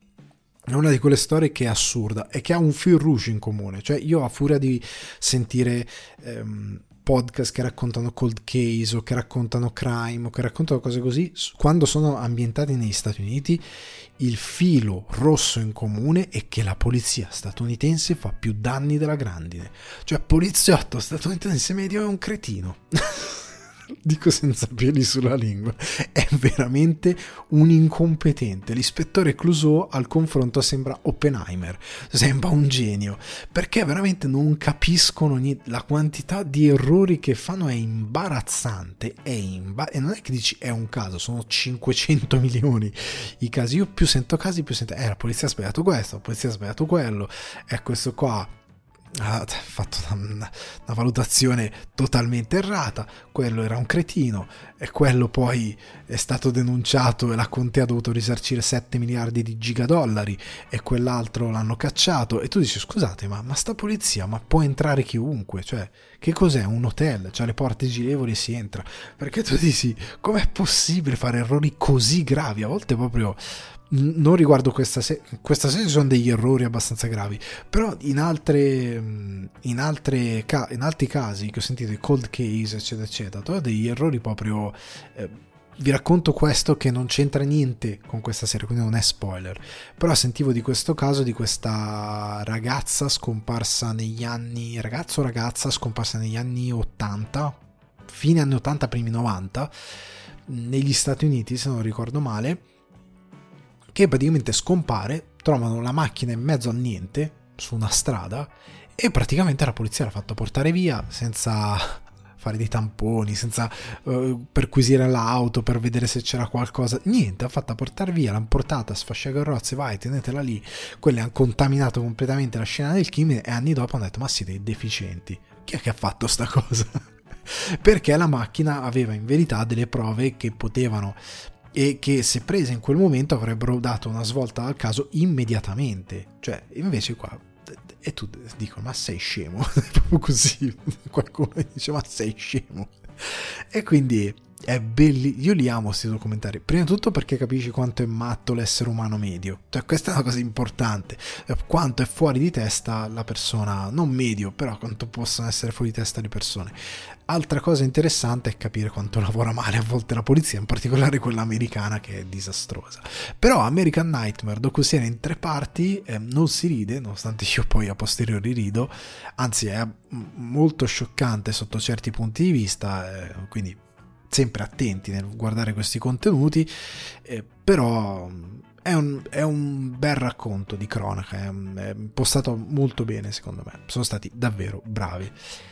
È una di quelle storie che è assurda e che ha un fil rouge in comune, cioè io a furia di sentire ehm, podcast che raccontano cold case o che raccontano crime o che raccontano cose così, quando sono ambientati negli Stati Uniti il filo rosso in comune è che la polizia statunitense fa più danni della grandine, cioè poliziotto statunitense medio è un cretino dico senza peli sulla lingua, è veramente un incompetente. L'ispettore Clouseau al confronto sembra Oppenheimer, sembra un genio, perché veramente non capiscono niente. La quantità di errori che fanno è imbarazzante, è imba- e non è che dici è un caso, sono cinquecento milioni i casi. Io più sento casi più sento eh la polizia ha sbagliato questo, la polizia ha sbagliato quello, è questo qua ha fatto una, una valutazione totalmente errata, quello era un cretino e quello poi è stato denunciato e la Contea ha dovuto risarcire sette miliardi di gigadollari e quell'altro l'hanno cacciato. E tu dici scusate ma, ma sta polizia ma può entrare chiunque, cioè che cos'è un hotel, c'ha le porte girevoli e si entra, perché tu dici com'è possibile fare errori così gravi, a volte proprio non riguardo questa serie, questa serie sono degli errori abbastanza gravi, però in altre in altre in altri casi che ho sentito, i cold case eccetera eccetera, ho degli errori proprio eh, vi racconto questo che non c'entra niente con questa serie, quindi non è spoiler, però sentivo di questo caso di questa ragazza scomparsa negli anni ragazzo o ragazza scomparsa negli anni ottanta, fine anni ottanta primi novanta negli Stati Uniti se non ricordo male, che praticamente scompare, trovano la macchina in mezzo a niente su una strada e praticamente la polizia l'ha fatto portare via senza fare dei tamponi, senza uh, perquisire l'auto per vedere se c'era qualcosa, niente, ha fatto portare via, l'hanno portata, sfasciacarrozze, vai, tenetela lì. Quelli hanno contaminato completamente la scena del crimine e anni dopo hanno detto ma siete dei deficienti, chi è che ha fatto sta cosa? Perché la macchina aveva in verità delle prove che potevano e che se prese in quel momento avrebbero dato una svolta al caso immediatamente, cioè invece qua e tu dico ma sei scemo, è proprio così, qualcuno dice ma sei scemo, e quindi È belli, io li amo questi documentari, prima di tutto perché capisci quanto è matto l'essere umano medio, cioè questa è una cosa importante, quanto è fuori di testa la persona, non medio, però quanto possono essere fuori di testa le persone. Altra cosa interessante è capire quanto lavora male a volte la polizia, in particolare quella americana, che è disastrosa. Però American Nightmare, docuserie in tre parti, eh, non si ride, nonostante io poi a posteriori rido, anzi è molto scioccante sotto certi punti di vista, eh, quindi sempre attenti nel guardare questi contenuti, eh, però è un, è un bel racconto di cronaca, è, è impostato molto bene secondo me, sono stati davvero bravi.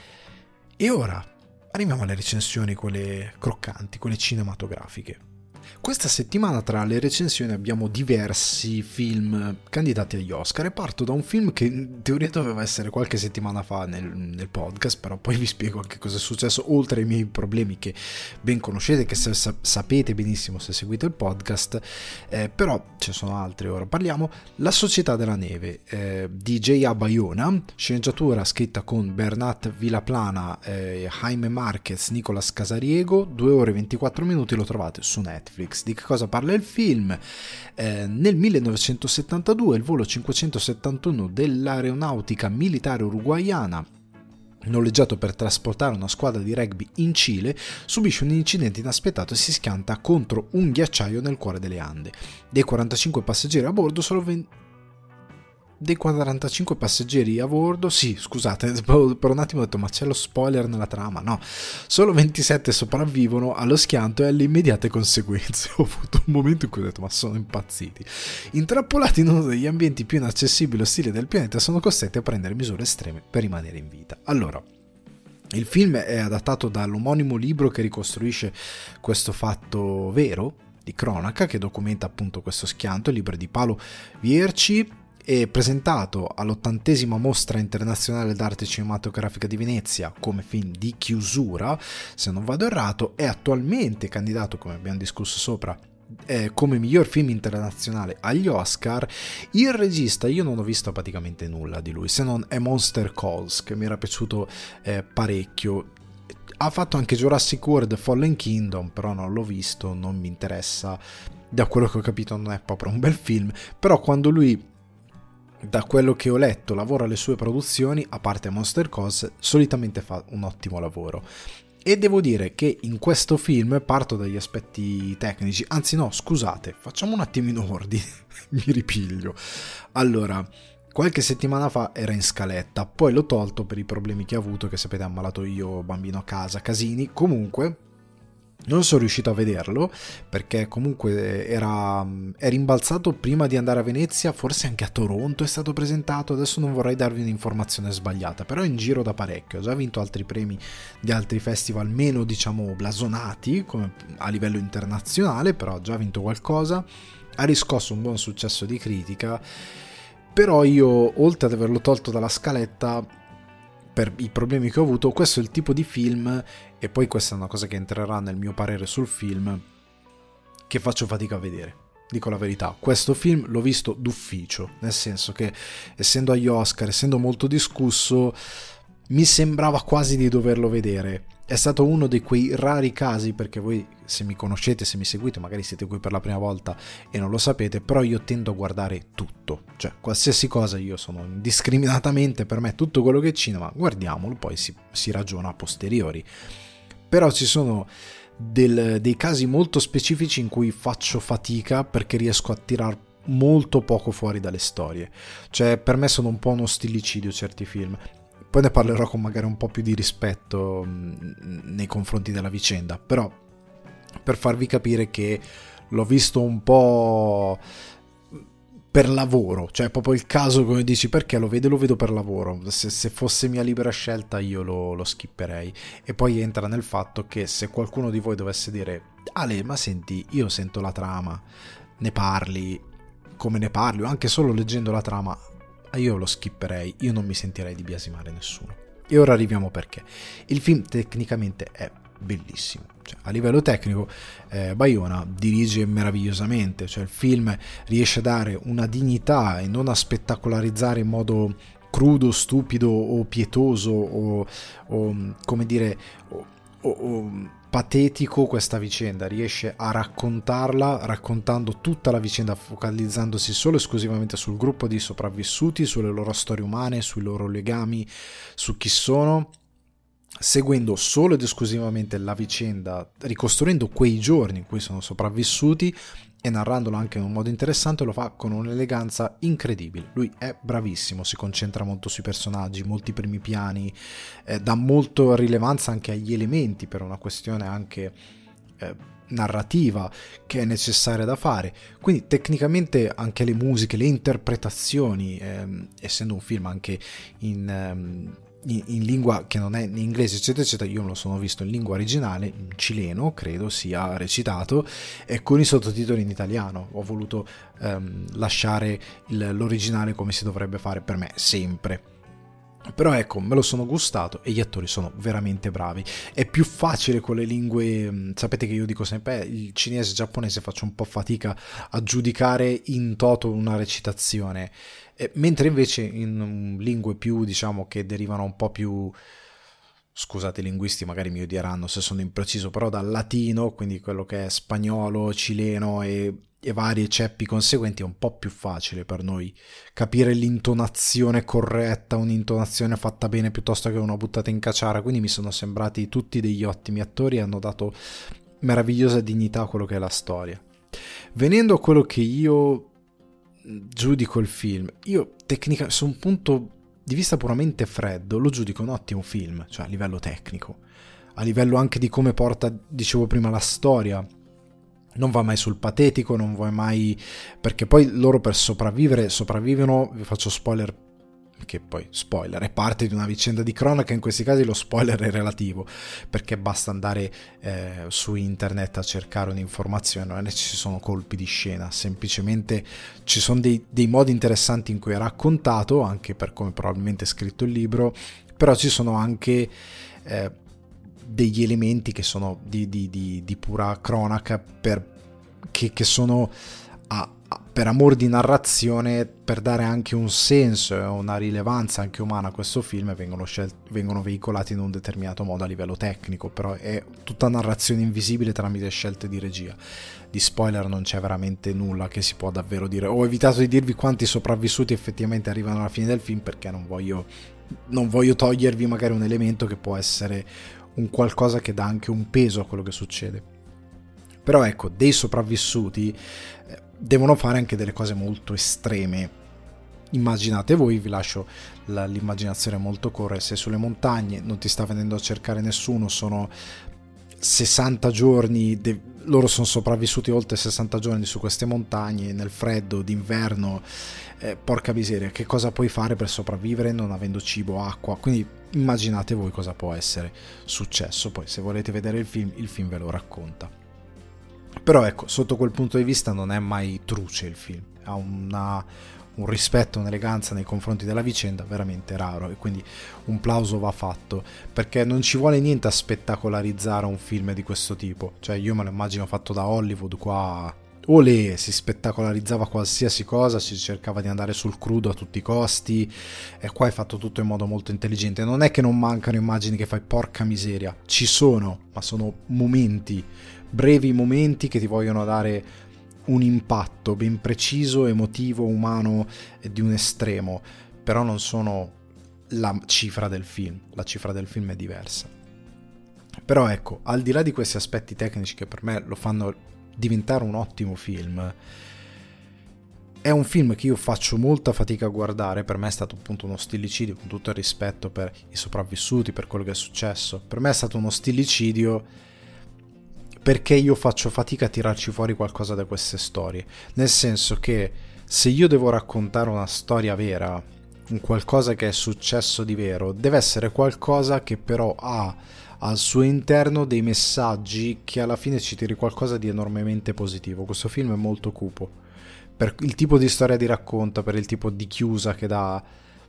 E ora arriviamo alle recensioni, quelle croccanti, quelle cinematografiche. Questa settimana tra le recensioni abbiamo diversi film candidati agli Oscar e parto da un film che in teoria doveva essere qualche settimana fa nel, nel podcast, però poi vi spiego anche cosa è successo oltre ai miei problemi che ben conoscete, che se, sa, sapete benissimo se seguite il podcast, eh, però ci sono altri. Ora parliamo La Società della Neve eh, di J A. Bayona, sceneggiatura scritta con Bernat Villaplana, eh, Jaime Marquez, Nicolas Casariego, due ore e ventiquattro minuti, lo trovate su Netflix. Di che cosa parla il film? Eh, nel millenovecentosettantadue il volo cinquecentosettantuno dell'aeronautica militare uruguaiana, noleggiato per trasportare una squadra di rugby in Cile, subisce un incidente inaspettato e si schianta contro un ghiacciaio nel cuore delle Ande. Dei quarantacinque passeggeri a bordo solo venti dei quarantacinque passeggeri a bordo, sì, scusate, per un attimo ho detto ma c'è lo spoiler nella trama, no, solo ventisette sopravvivono allo schianto e alle immediate conseguenze. Ho avuto un momento in cui ho detto ma sono impazziti. Intrappolati in uno degli ambienti più inaccessibili e ostili del pianeta, sono costretti a prendere misure estreme per rimanere in vita. Allora, il film è adattato dall'omonimo libro che ricostruisce questo fatto vero di cronaca, che documenta appunto questo schianto, il libro di Paolo Vierci, è presentato all'ottantesima Mostra Internazionale d'Arte Cinematografica di Venezia come film di chiusura, se non vado errato. È attualmente candidato, come abbiamo discusso sopra, eh, come miglior film internazionale agli Oscar. Il regista, io non ho visto praticamente nulla di lui, se non A Monster Calls, che mi era piaciuto eh, parecchio. Ha fatto anche Jurassic World Fallen Kingdom, però non l'ho visto, non mi interessa, da quello che ho capito non è proprio un bel film, però quando lui, da quello che ho letto, lavora alle sue produzioni, a parte Monster Calls, solitamente fa un ottimo lavoro. E devo dire che in questo film parto dagli aspetti tecnici, anzi no, scusate, facciamo un attimino ordine, mi ripiglio. Allora, qualche settimana fa era in scaletta, poi l'ho tolto per i problemi che ho avuto, che sapete, ammalato io, bambino a casa, casini, comunque non sono riuscito a vederlo perché comunque era è rimbalzato prima di andare a Venezia, forse anche a Toronto è stato presentato, adesso non vorrei darvi un'informazione sbagliata, però è in giro da parecchio, ha già vinto altri premi di altri festival meno, diciamo, blasonati come a livello internazionale, però ha già vinto qualcosa, ha riscosso un buon successo di critica, però io, oltre ad averlo tolto dalla scaletta per i problemi che ho avuto, questo è il tipo di film, e poi questa è una cosa che entrerà nel mio parere sul film, che faccio fatica a vedere, dico la verità. Questo film l'ho visto d'ufficio, nel senso che essendo agli Oscar, essendo molto discusso, mi sembrava quasi di doverlo vedere. È stato uno di quei rari casi, perché voi, se mi conoscete, se mi seguite, magari siete qui per la prima volta e non lo sapete, però io tendo a guardare tutto, cioè qualsiasi cosa, io sono indiscriminatamente, per me tutto quello che è cinema, guardiamolo, poi si, si ragiona a posteriori. Però ci sono del, dei casi molto specifici in cui faccio fatica perché riesco a tirar molto poco fuori dalle storie, cioè per me sono un po' uno stillicidio certi film. Poi ne parlerò con magari un po' più di rispetto mh, nei confronti della vicenda, però per farvi capire che l'ho visto un po' per lavoro, cioè proprio il caso, come dici, perché lo vedo, lo vedo per lavoro, se, se fosse mia libera scelta io lo, lo skipperei. E poi entra nel fatto che se qualcuno di voi dovesse dire Ale, ma senti, io sento la trama, ne parli, come ne parli, o anche solo leggendo la trama, io lo skipperei, io non mi sentirei di biasimare nessuno. E ora arriviamo perché. Il film tecnicamente è bellissimo, cioè, a livello tecnico eh, Bayona dirige meravigliosamente, cioè il film riesce a dare una dignità e non a spettacolarizzare in modo crudo, stupido o pietoso o, o come dire o, o, patetico questa vicenda, riesce a raccontarla raccontando tutta la vicenda, focalizzandosi solo e esclusivamente sul gruppo di sopravvissuti, sulle loro storie umane, sui loro legami, su chi sono, seguendo solo ed esclusivamente la vicenda, ricostruendo quei giorni in cui sono sopravvissuti e narrandolo anche in un modo interessante. Lo fa con un'eleganza incredibile. Lui è bravissimo, si concentra molto sui personaggi, molti primi piani, eh, dà molto rilevanza anche agli elementi per una questione anche eh, narrativa che è necessaria da fare. Quindi tecnicamente anche le musiche, le interpretazioni, ehm, essendo un film anche in... Ehm, In, in lingua che non è in inglese eccetera eccetera, io me lo sono visto in lingua originale, in cileno credo sia recitato, e con i sottotitoli in italiano. Ho voluto ehm, lasciare il, l'originale come si dovrebbe fare per me sempre, però ecco, me lo sono gustato e gli attori sono veramente bravi. È più facile con le lingue, sapete che io dico sempre eh, il cinese e il giapponese faccio un po' fatica a giudicare in toto una recitazione, eh, mentre invece in lingue più, diciamo, che derivano un po' più, scusate i linguisti magari mi odieranno se sono impreciso, però dal latino, quindi quello che è spagnolo, cileno e e vari ceppi conseguenti, è un po' più facile per noi capire l'intonazione corretta, un'intonazione fatta bene piuttosto che una buttata in caciara. Quindi mi sono sembrati tutti degli ottimi attori e hanno dato meravigliosa dignità a quello che è la storia. Venendo a quello che io giudico il film, io tecnicamente su un punto di vista puramente freddo lo giudico un ottimo film, cioè a livello tecnico, a livello anche di come porta, dicevo prima, la storia. Non va mai sul patetico, non va mai, perché poi loro per sopravvivere sopravvivono, vi faccio spoiler, che poi spoiler è parte di una vicenda di cronaca, in questi casi lo spoiler è relativo, perché basta andare eh, su internet a cercare un'informazione, non è che ci sono colpi di scena, semplicemente ci sono dei, dei modi interessanti in cui è raccontato, anche per come probabilmente è scritto il libro, però ci sono anche eh, degli elementi che sono di, di, di, di pura cronaca, per, che, che sono a, a, per amor di narrazione, per dare anche un senso e una rilevanza anche umana a questo film, vengono, scel- vengono veicolati in un determinato modo a livello tecnico, però è tutta narrazione invisibile tramite scelte di regia. Di spoiler non c'è veramente nulla che si può davvero dire. Ho evitato di dirvi quanti sopravvissuti effettivamente arrivano alla fine del film, perché non voglio, non voglio togliervi magari un elemento che può essere un qualcosa che dà anche un peso a quello che succede. Però ecco, dei sopravvissuti eh, devono fare anche delle cose molto estreme. Immaginate voi, vi lascio la, l'immaginazione molto corre, sei sulle montagne, non ti sta venendo a cercare nessuno, sono sessanta giorni, de- loro sono sopravvissuti oltre sessanta giorni su queste montagne, nel freddo d'inverno, eh, porca miseria, che cosa puoi fare per sopravvivere non avendo cibo, acqua? Quindi immaginate voi cosa può essere successo. Poi se volete vedere il film, il film ve lo racconta. Però ecco, sotto quel punto di vista non è mai truce il film, ha una, un rispetto, un'eleganza nei confronti della vicenda veramente raro, e quindi un plauso va fatto, perché non ci vuole niente a spettacolarizzare un film di questo tipo. Cioè io me lo immagino fatto da Hollywood, qua olè, si spettacolarizzava qualsiasi cosa, si cercava di andare sul crudo a tutti i costi, e qua è fatto tutto in modo molto intelligente. Non è che non mancano immagini che fai porca miseria, ci sono, ma sono momenti, brevi momenti che ti vogliono dare un impatto ben preciso, emotivo, umano, di un estremo, però non sono la cifra del film, la cifra del film è diversa. Però ecco, al di là di questi aspetti tecnici che per me lo fanno diventare un ottimo film, è un film che io faccio molta fatica a guardare. Per me è stato appunto uno stillicidio, con tutto il rispetto per i sopravvissuti, per quello che è successo, per me è stato uno stillicidio perché io faccio fatica a tirarci fuori qualcosa da queste storie, nel senso che se io devo raccontare una storia vera, un qualcosa che è successo di vero, deve essere qualcosa che però ha al suo interno dei messaggi che alla fine ci tiri qualcosa di enormemente positivo. Questo film è molto cupo per il tipo di storia di racconta, per il tipo di chiusa che dà,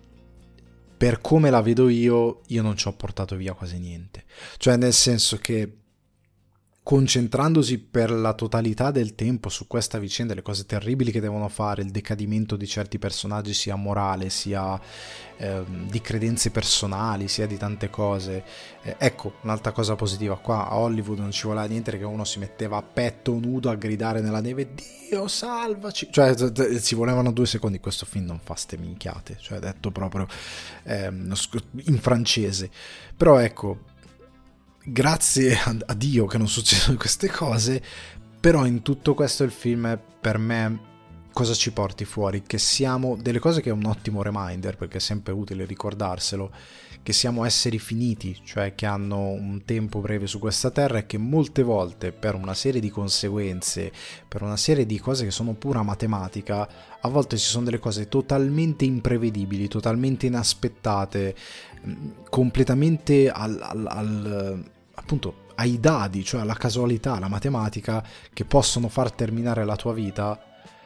per come la vedo io. Io non ci ho portato via quasi niente, cioè nel senso che concentrandosi per la totalità del tempo su questa vicenda, le cose terribili che devono fare, il decadimento di certi personaggi sia morale, sia eh, di credenze personali, sia di tante cose. Eh, ecco, un'altra cosa positiva, qua a Hollywood non ci voleva niente perché uno si metteva a petto nudo a gridare nella neve Dio salvaci, cioè ci volevano due secondi. Questo film non fa ste minchiate, cioè detto proprio eh, in francese. Però ecco, grazie a Dio che non succedono queste cose, però in tutto questo il film per me cosa ci porti fuori? Che siamo delle cose, che è un ottimo reminder, perché è sempre utile ricordarselo, che siamo esseri finiti, cioè che hanno un tempo breve su questa terra e che molte volte per una serie di conseguenze, per una serie di cose che sono pura matematica, a volte ci sono delle cose totalmente imprevedibili, totalmente inaspettate, completamente al, al, al appunto ai dadi, cioè alla casualità, alla matematica, che possono far terminare la tua vita.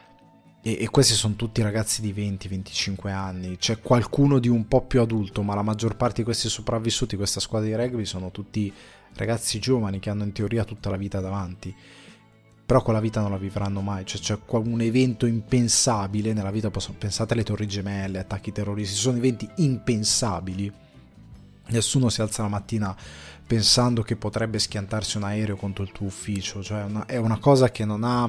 E, e questi sono tutti ragazzi di venti venticinque anni, c'è qualcuno di un po' più adulto, ma la maggior parte di questi sopravvissuti, questa squadra di rugby, sono tutti ragazzi giovani che hanno in teoria tutta la vita davanti, però quella vita non la vivranno mai. Cioè c'è un evento impensabile nella vita, pensate alle torri gemelle, attacchi terroristici, sono eventi impensabili. Nessuno si alza la mattina pensando che potrebbe schiantarsi un aereo contro il tuo ufficio, cioè è una, è una cosa che non ha,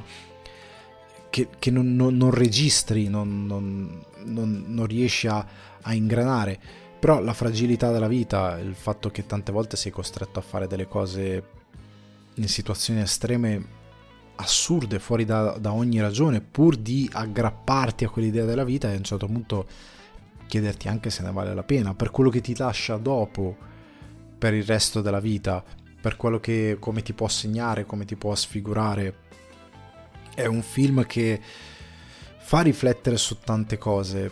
che, che non, non, non registri, non, non, non, non riesci a, a ingranare. Però la fragilità della vita, il fatto che tante volte sei costretto a fare delle cose in situazioni estreme, assurde, fuori da, da ogni ragione, pur di aggrapparti a quell'idea della vita, e a un certo punto chiederti anche se ne vale la pena, per quello che ti lascia dopo, per il resto della vita, per quello che, come ti può segnare, come ti può sfigurare. È un film che fa riflettere su tante cose,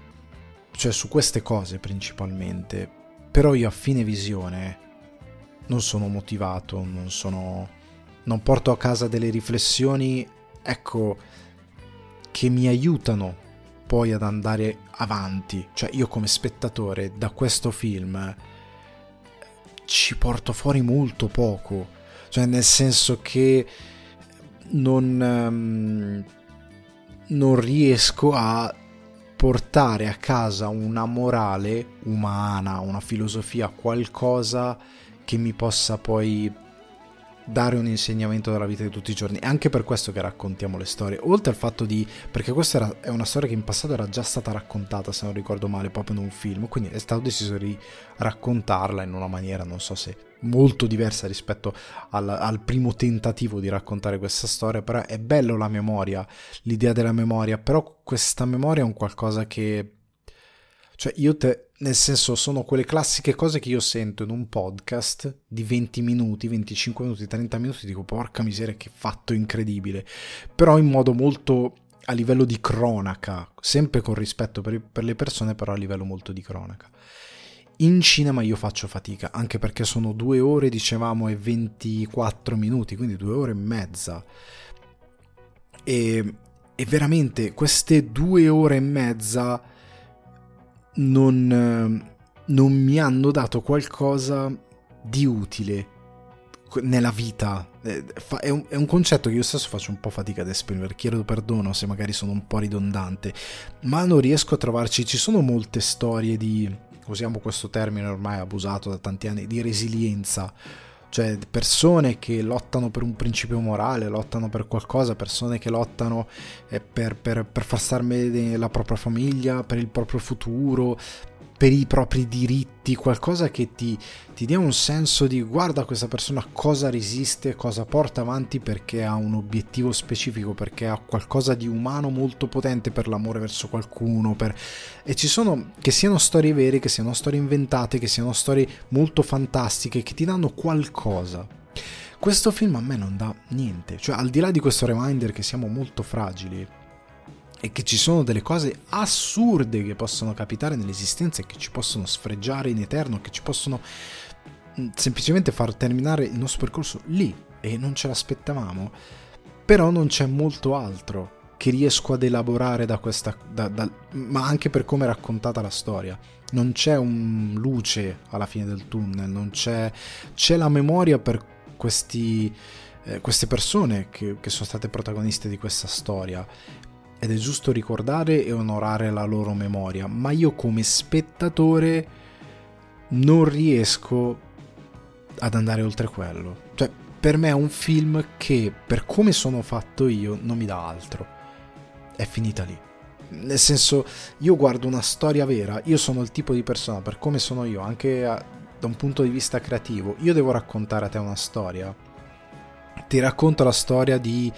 cioè su queste cose principalmente, però io a fine visione non sono motivato, non sono, non porto a casa delle riflessioni, ecco, che mi aiutano poi ad andare avanti. Cioè io come spettatore da questo film ci porto fuori molto poco, cioè nel senso che non, um, non riesco a portare a casa una morale umana, una filosofia, qualcosa che mi possa poi dare un insegnamento della vita di tutti i giorni. È anche per questo che raccontiamo le storie, oltre al fatto di, perché questa era, è una storia che in passato era già stata raccontata, se non ricordo male, proprio in un film, quindi è stato deciso di raccontarla in una maniera, non so se molto diversa rispetto al, al primo tentativo di raccontare questa storia. Però è bello la memoria, l'idea della memoria, però questa memoria è un qualcosa che, cioè io te, nel senso, sono quelle classiche cose che io sento in un podcast di venti minuti, venticinque minuti, trenta minuti, dico porca miseria che fatto incredibile, però in modo molto a livello di cronaca, sempre con rispetto per, per le persone, però a livello molto di cronaca. In cinema io faccio fatica, anche perché sono due ore, dicevamo, e ventiquattro minuti, quindi due ore e mezza, e, e veramente queste due ore e mezza non, non mi hanno dato qualcosa di utile nella vita. È un, è un concetto che io stesso faccio un po' fatica ad esprimere, chiedo perdono se magari sono un po' ridondante, ma non riesco a trovarci. Ci sono molte storie di, usiamo questo termine ormai abusato da tanti anni, di resilienza, cioè persone che lottano per un principio morale, lottano per qualcosa, persone che lottano per, per, per far star bene la propria famiglia, per il proprio futuro, per i propri diritti, qualcosa che ti, ti dia un senso di guarda questa persona cosa resiste, cosa porta avanti perché ha un obiettivo specifico, perché ha qualcosa di umano molto potente per l'amore verso qualcuno, per... e ci sono, che siano storie vere, che siano storie inventate, che siano storie molto fantastiche, che ti danno qualcosa. Questo film a me non dà niente, cioè al di là di questo reminder che siamo molto fragili e che ci sono delle cose assurde che possono capitare nell'esistenza e che ci possono sfregiare in eterno, che ci possono semplicemente far terminare il nostro percorso lì e non ce l'aspettavamo, però non c'è molto altro che riesco ad elaborare da questa, da, da, ma anche per come è raccontata la storia. Non c'è un luce alla fine del tunnel, non c'è, c'è la memoria per questi, eh, queste persone che, che sono state protagoniste di questa storia, ed è giusto ricordare e onorare la loro memoria, ma io come spettatore non riesco ad andare oltre quello. Cioè, per me è un film che, per come sono fatto io, non mi dà altro. È finita lì. Nel senso, io guardo una storia vera, io sono il tipo di persona, per come sono io, anche a, da un punto di vista creativo, io devo raccontare a te una storia. Ti racconto la storia di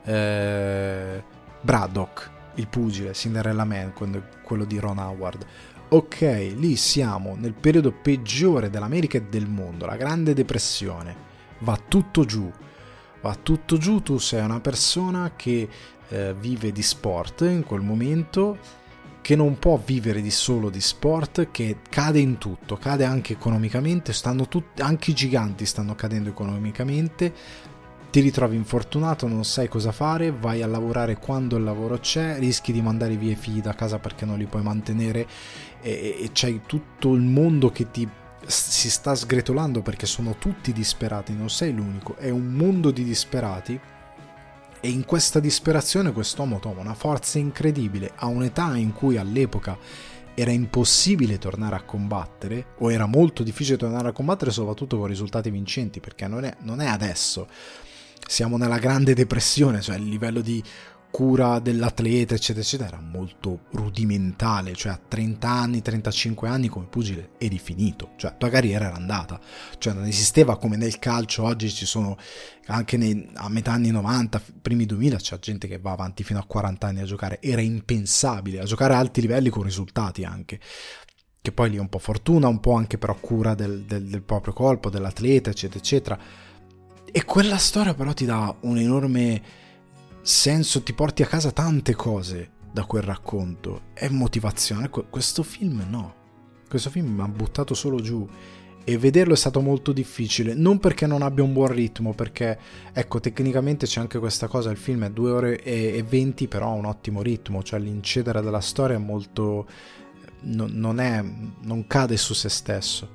eh, Braddock, il pugile, Cinderella Man, quello di Ron Howard. Ok, lì siamo nel periodo peggiore dell'America e del mondo, la Grande Depressione, va tutto giù, va tutto giù, tu sei una persona che eh, vive di sport in quel momento, che non può vivere di solo di sport, che cade in tutto, cade anche economicamente, stanno tutti, anche i giganti stanno cadendo economicamente, ti ritrovi infortunato, non sai cosa fare, vai a lavorare quando il lavoro c'è, rischi di mandare via i figli da casa perché non li puoi mantenere, e, e c'hai tutto il mondo che ti si sta sgretolando perché sono tutti disperati, non sei l'unico, è un mondo di disperati, e in questa disperazione quest'uomo trova una forza incredibile a un'età in cui all'epoca era impossibile tornare a combattere, o era molto difficile tornare a combattere, soprattutto con risultati vincenti, perché non è, non è adesso. Siamo nella Grande Depressione, cioè il livello di cura dell'atleta eccetera eccetera era molto rudimentale, cioè a trenta anni, trentacinque anni come pugile eri finito, cioè la tua carriera era andata, cioè non esisteva come nel calcio oggi, ci sono anche nei, a metà anni novanta, primi duemila c'è gente che va avanti fino a quaranta anni a giocare, era impensabile, a giocare a alti livelli con risultati anche, che poi lì è un po' fortuna, un po' anche però cura del, del, del proprio corpo, dell'atleta eccetera eccetera, e quella storia però ti dà un enorme senso, ti porti a casa tante cose da quel racconto, è motivazione. Questo film no, questo film mi ha buttato solo giù, e vederlo è stato molto difficile, non perché non abbia un buon ritmo, perché ecco, tecnicamente c'è anche questa cosa, il film è due ore e venti, però ha un ottimo ritmo, cioè l'incedere della storia è molto, non, non è, non cade su se stesso.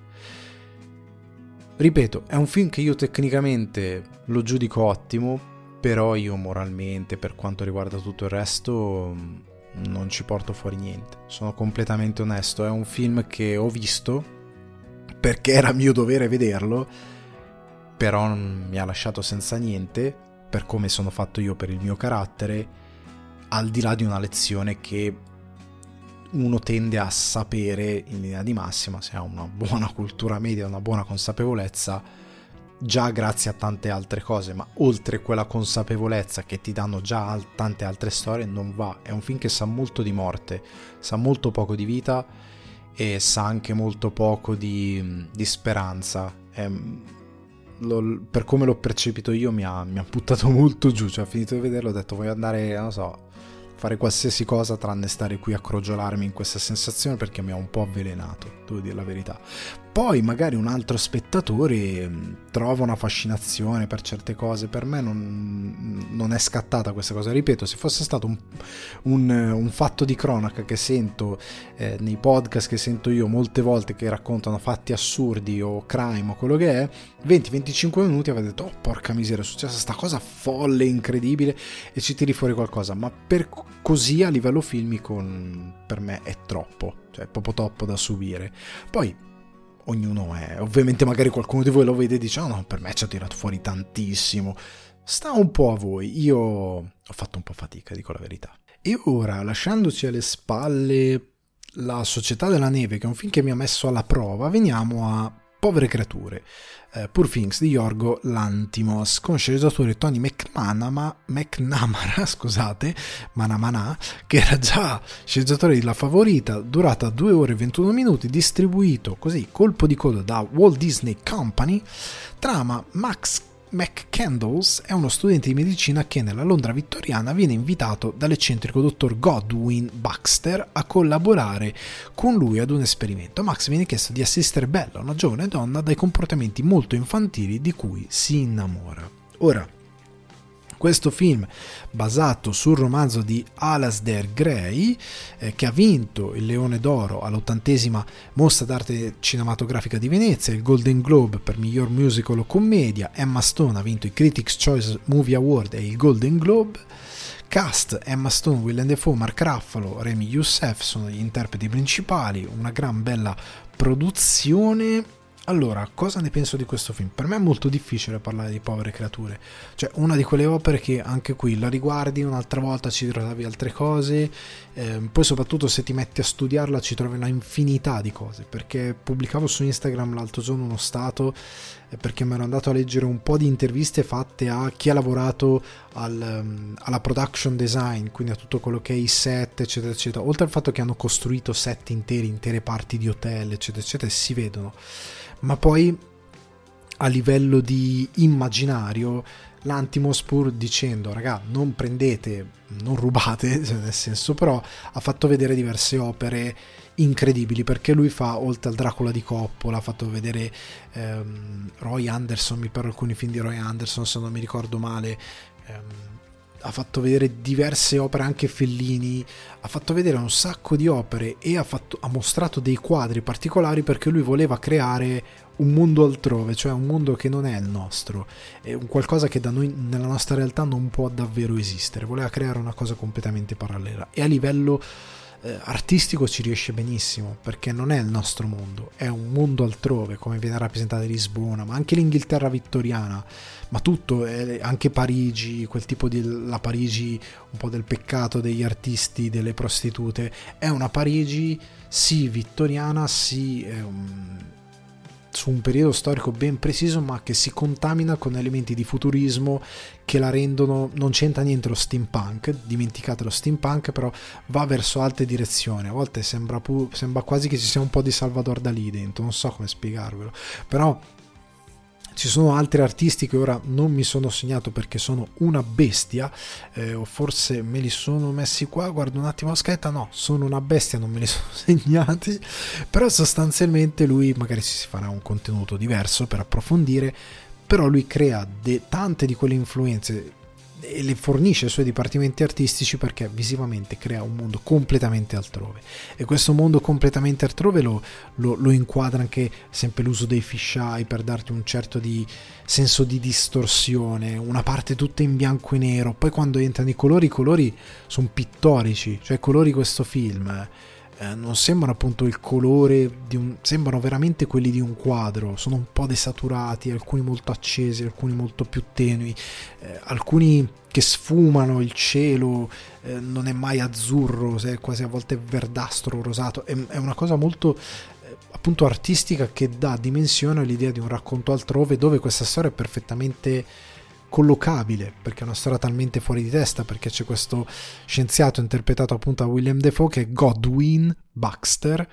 Ripeto, è un film che io tecnicamente lo giudico ottimo, però io moralmente, per quanto riguarda tutto il resto, non ci porto fuori niente. Sono completamente onesto, è un film che ho visto perché era mio dovere vederlo, però mi ha lasciato senza niente, per come sono fatto io, per il mio carattere, al di là di una lezione che uno tende a sapere in linea di massima, se ha una buona cultura media, una buona consapevolezza, già grazie a tante altre cose, ma oltre quella consapevolezza che ti danno già al- tante altre storie non va. È un film che sa molto di morte, sa molto poco di vita e sa anche molto poco di, di speranza. È, lo, per come l'ho percepito io mi ha, mi ha buttato molto giù, cioè ho finito di vederlo, ho detto voglio andare, non so, fare qualsiasi cosa tranne stare qui a crogiolarmi in questa sensazione, perché mi ha un po' avvelenato, devo dire la verità. Poi magari un altro spettatore trova una fascinazione per certe cose, per me non, non è scattata questa cosa. Ripeto, se fosse stato un, un, un fatto di cronaca che sento eh, nei podcast che sento io molte volte, che raccontano fatti assurdi o crime o quello che è, venti venticinque minuti avrei detto oh porca miseria, è successa sta cosa folle, incredibile, e ci tiri fuori qualcosa, ma per così a livello filmico per me è troppo, cioè è proprio troppo da subire. Poi ognuno è, ovviamente magari qualcuno di voi lo vede e dice oh no, per me ci ha tirato fuori tantissimo, sta un po' a voi, io ho fatto un po' fatica, dico la verità. E ora, lasciandoci alle spalle La Società della Neve, che è un film che mi ha messo alla prova, veniamo a Povere Creature, eh, Poor Things di Yorgo Lanthimos, con sceneggiatore Tony McNamara, McNamara scusate, Manamana, che era già sceneggiatore di La Favorita, durata due ore e ventuno minuti, distribuito così colpo di coda da Walt Disney Company. Trama: Max McCandles è uno studente di medicina che nella Londra vittoriana viene invitato dall'eccentrico dottor Godwin Baxter a collaborare con lui ad un esperimento. Max viene chiesto di assistere Bella, una giovane donna dai comportamenti molto infantili di cui si innamora. Ora, Questo film, basato sul romanzo di Alasdair Gray, eh, che ha vinto il Leone d'Oro all'ottantesima Mostra d'Arte Cinematografica di Venezia, il Golden Globe per miglior musical o commedia. Emma Stone ha vinto i Critics' Choice Movie Award e il Golden Globe. Cast: Emma Stone, Willem Dafoe, Mark Ruffalo, Rami Youssef sono gli interpreti principali. Una gran bella produzione. Allora, cosa ne penso di questo film? Per me è molto difficile parlare di Povere creature, cioè una di quelle opere che anche qui la riguardi un'altra volta, ci trovi altre cose, eh, poi soprattutto se ti metti a studiarla ci trovi una infinità di cose, perché pubblicavo su Instagram l'altro giorno uno stato, eh, perché mi ero andato a leggere un po' di interviste fatte a chi ha lavorato al, um, alla production design, quindi a tutto quello che è i set, eccetera eccetera, oltre al fatto che hanno costruito set interi, intere parti di hotel, eccetera eccetera, e si vedono. Ma poi a livello di immaginario l'Antimos, pur dicendo raga non prendete, non rubate, cioè nel senso, però ha fatto vedere diverse opere incredibili, perché lui fa, oltre al Dracula di Coppola, ha fatto vedere ehm, Roy Anderson, mi pare alcuni film di Roy Anderson se non mi ricordo male, ehm, ha fatto vedere diverse opere, anche Fellini, ha fatto vedere un sacco di opere e ha, fatto, ha mostrato dei quadri particolari, perché lui voleva creare un mondo altrove, cioè un mondo che non è il nostro, è un qualcosa che da noi nella nostra realtà non può davvero esistere, voleva creare una cosa completamente parallela, e a livello eh, artistico ci riesce benissimo, perché non è il nostro mondo, è un mondo altrove, come viene rappresentata Lisbona, ma anche l'Inghilterra vittoriana, ma tutto, eh, anche Parigi, quel tipo di la Parigi un po' del peccato degli artisti, delle prostitute, è una Parigi sì vittoriana, sì eh, um, su un periodo storico ben preciso, ma che si contamina con elementi di futurismo che la rendono, non c'entra niente lo steampunk, dimenticate lo steampunk, però va verso altre direzioni, a volte sembra, pu- sembra quasi che ci sia un po' di Salvador Dalì dentro, non so come spiegarvelo, però ci sono altri artisti che ora non mi sono segnato perché sono una bestia, eh, o forse me li sono messi qua, guardo un attimo la scheda, no, sono una bestia, non me li sono segnati, però sostanzialmente lui magari si farà un contenuto diverso per approfondire, però lui crea de- tante di quelle influenze e le fornisce ai suoi dipartimenti artistici, perché visivamente crea un mondo completamente altrove, e questo mondo completamente altrove lo, lo, lo inquadra anche sempre l'uso dei fisheye per darti un certo di senso di distorsione, una parte tutta in bianco e nero, poi quando entrano i colori, i colori sono pittorici, cioè i colori di questo film eh, non sembrano appunto il colore di un, sembrano veramente quelli di un quadro, sono un po' desaturati, alcuni molto accesi, alcuni molto più tenui, eh, alcuni che sfumano il cielo, eh, non è mai azzurro, è quasi a volte verdastro, rosato, è, è una cosa molto eh, appunto artistica, che dà dimensione all'idea di un racconto altrove, dove questa storia è perfettamente collocabile, perché è una storia talmente fuori di testa, perché c'è questo scienziato interpretato appunto da Willem Dafoe, che è Godwin Baxter,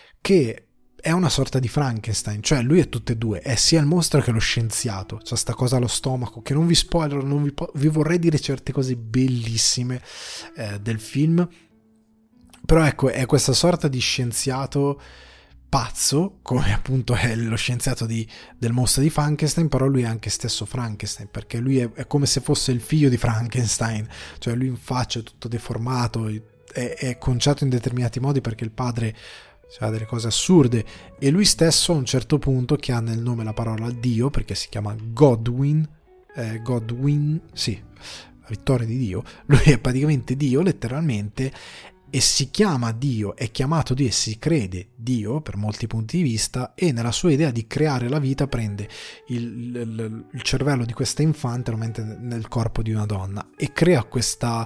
che è una sorta di Frankenstein, cioè lui è tutte e due, è sia il mostro che lo scienziato, c'è sta cosa allo stomaco, che non vi spoilerò, non vi, po- vi vorrei dire certe cose bellissime eh, del film, però ecco, è questa sorta di scienziato pazzo, come appunto è lo scienziato di, del mostro di Frankenstein, però lui è anche stesso Frankenstein, perché lui è, è come se fosse il figlio di Frankenstein, cioè lui in faccia è tutto deformato, è, è conciato in determinati modi perché il padre ha delle cose assurde, e lui stesso a un certo punto, che ha nel nome la parola Dio, perché si chiama Godwin, eh, Godwin, sì, la vittoria di Dio, lui è praticamente Dio letteralmente, e si chiama Dio, è chiamato Dio e si crede Dio per molti punti di vista, e nella sua idea di creare la vita prende il, il, il cervello di questa infante, lo mette nel corpo di una donna e crea questa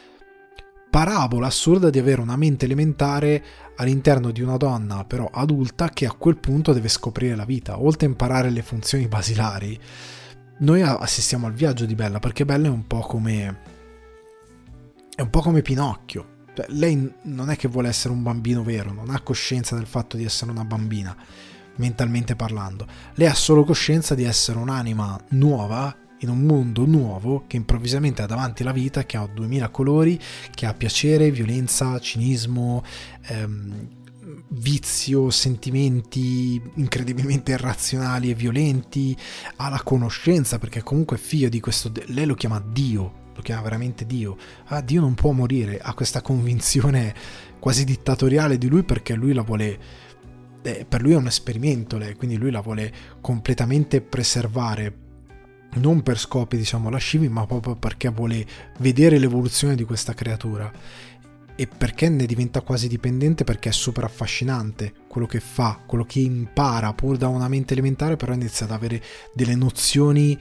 parabola assurda di avere una mente elementare all'interno di una donna però adulta, che a quel punto deve scoprire la vita, oltre a imparare le funzioni basilari. Noi assistiamo al viaggio di Bella, perché Bella è un po' come è un po' come Pinocchio. Cioè, lei non è che vuole essere un bambino vero, non ha coscienza del fatto di essere una bambina, mentalmente parlando. Lei ha solo coscienza di essere un'anima nuova, in un mondo nuovo, che improvvisamente ha davanti la vita, che ha duemila colori, che ha piacere, violenza, cinismo, ehm, vizio, sentimenti incredibilmente irrazionali e violenti, ha la conoscenza, perché comunque è figlio di questo, lei lo chiama Dio, lo chiama veramente Dio. Ah, Dio non può morire, ha questa convinzione quasi dittatoriale di lui, perché lui la vuole, eh, per lui è un esperimento lei, quindi lui la vuole completamente preservare, non per scopi diciamo lascivi, ma proprio perché vuole vedere l'evoluzione di questa creatura, e perché ne diventa quasi dipendente, perché è super affascinante quello che fa, quello che impara pur da una mente elementare, però inizia ad avere delle nozioni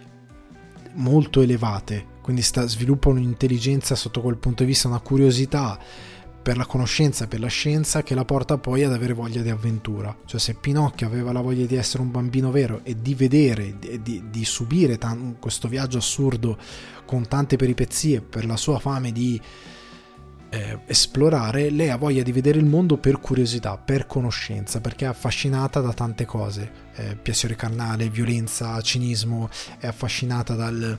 molto elevate, quindi sta, sviluppa un'intelligenza sotto quel punto di vista, una curiosità per la conoscenza e per la scienza che la porta poi ad avere voglia di avventura. Cioè, se Pinocchio aveva la voglia di essere un bambino vero e di vedere, di, di, di subire t- questo viaggio assurdo con tante peripezie per la sua fame di eh, esplorare, lei ha voglia di vedere il mondo per curiosità, per conoscenza, perché è affascinata da tante cose, eh, piacere carnale, violenza, cinismo, è affascinata dal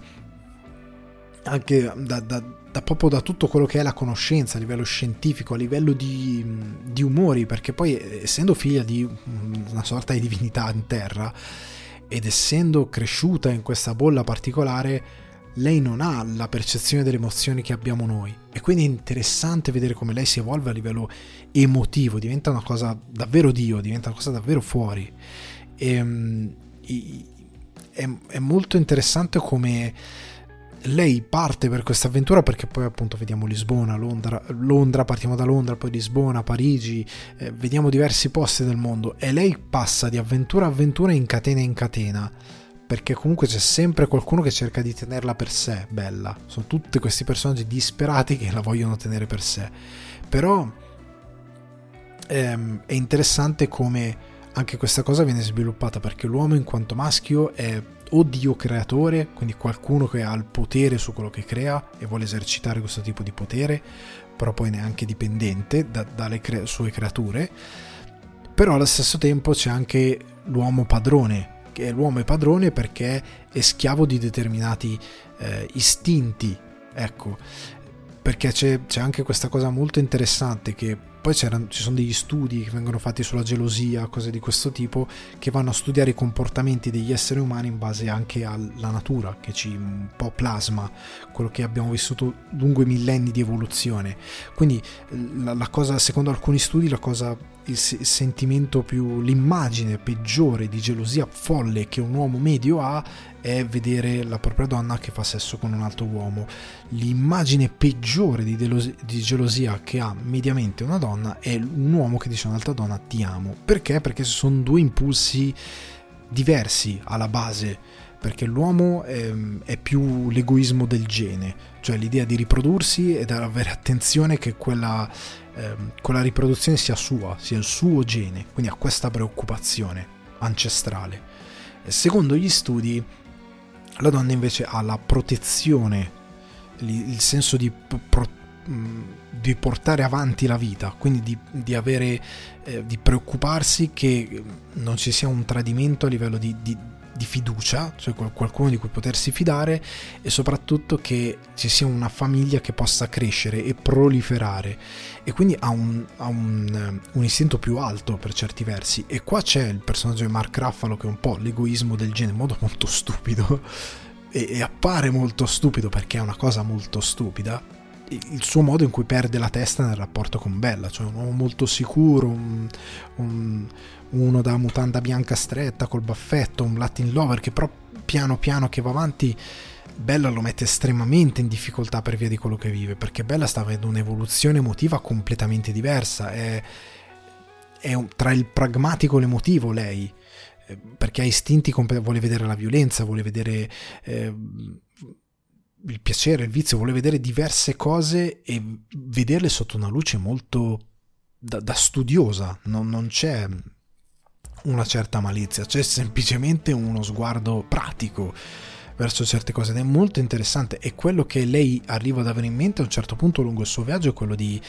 anche da, da, da proprio da tutto quello che è la conoscenza a livello scientifico, a livello di, di umori, perché poi essendo figlia di una sorta di divinità in terra ed essendo cresciuta in questa bolla particolare, lei non ha la percezione delle emozioni che abbiamo noi, e quindi è interessante vedere come lei si evolve a livello emotivo, diventa una cosa davvero Dio, diventa una cosa davvero fuori. E, è, è molto interessante come lei parte per questa avventura, perché poi appunto vediamo Lisbona, Londra, Londra partiamo da Londra, poi Lisbona, Parigi, eh, vediamo diversi posti del mondo, e lei passa di avventura a avventura, in catena in catena, perché comunque c'è sempre qualcuno che cerca di tenerla per sé, Bella. Sono tutti questi personaggi disperati che la vogliono tenere per sé. Però ehm, è interessante come anche questa cosa viene sviluppata, perché l'uomo in quanto maschio è o Dio creatore, quindi qualcuno che ha il potere su quello che crea e vuole esercitare questo tipo di potere, però poi neanche dipendente da, dalle cre- sue creature. Però allo stesso tempo c'è anche l'uomo padrone, che l'uomo è padrone perché è schiavo di determinati eh, istinti, ecco, perché c'è, c'è anche questa cosa molto interessante, che poi ci sono degli studi che vengono fatti sulla gelosia, cose di questo tipo, che vanno a studiare i comportamenti degli esseri umani in base anche alla natura, che ci un po' plasma quello che abbiamo vissuto lungo i millenni di evoluzione. Quindi la, la cosa, secondo alcuni studi, la cosa, il, il sentimento più, l'immagine peggiore di gelosia folle che un uomo medio ha è vedere la propria donna che fa sesso con un altro uomo. L'immagine peggiore di, delosi, di gelosia che ha mediamente una donna è un uomo che dice a un'altra donna ti amo. Perché? Perché sono due impulsi diversi alla base, perché l'uomo è, è più l'egoismo del gene, cioè l'idea di riprodursi ed avere attenzione che quella, eh, quella riproduzione sia sua, sia il suo gene, quindi ha questa preoccupazione ancestrale. Secondo gli studi, la donna invece ha la protezione, il senso di, pro, di portare avanti la vita, quindi di, di avere eh, di preoccuparsi che non ci sia un tradimento a livello di, di, di fiducia, cioè qualcuno di cui potersi fidare, e soprattutto che ci sia una famiglia che possa crescere e proliferare, e quindi ha un, ha un, un istinto più alto per certi versi. E qua c'è il personaggio di Mark Ruffalo che è un po' l'egoismo del genere, in modo molto stupido, e, e appare molto stupido perché è una cosa molto stupida, il suo modo in cui perde la testa nel rapporto con Bella, cioè un uomo molto sicuro, un, un, uno da mutanda bianca stretta col baffetto, un Latin lover che però piano piano che va avanti Bella lo mette estremamente in difficoltà per via di quello che vive, perché Bella sta avendo un'evoluzione emotiva completamente diversa, è, è un, tra il pragmatico e l'emotivo lei, perché ha istinti, vuole vedere la violenza, vuole vedere eh, il piacere, il vizio, vuole vedere diverse cose e vederle sotto una luce molto da, da studiosa. Non, non c'è una certa malizia, c'è semplicemente uno sguardo pratico verso certe cose, ed è molto interessante. E quello che lei arriva ad avere in mente a un certo punto lungo il suo viaggio è quello di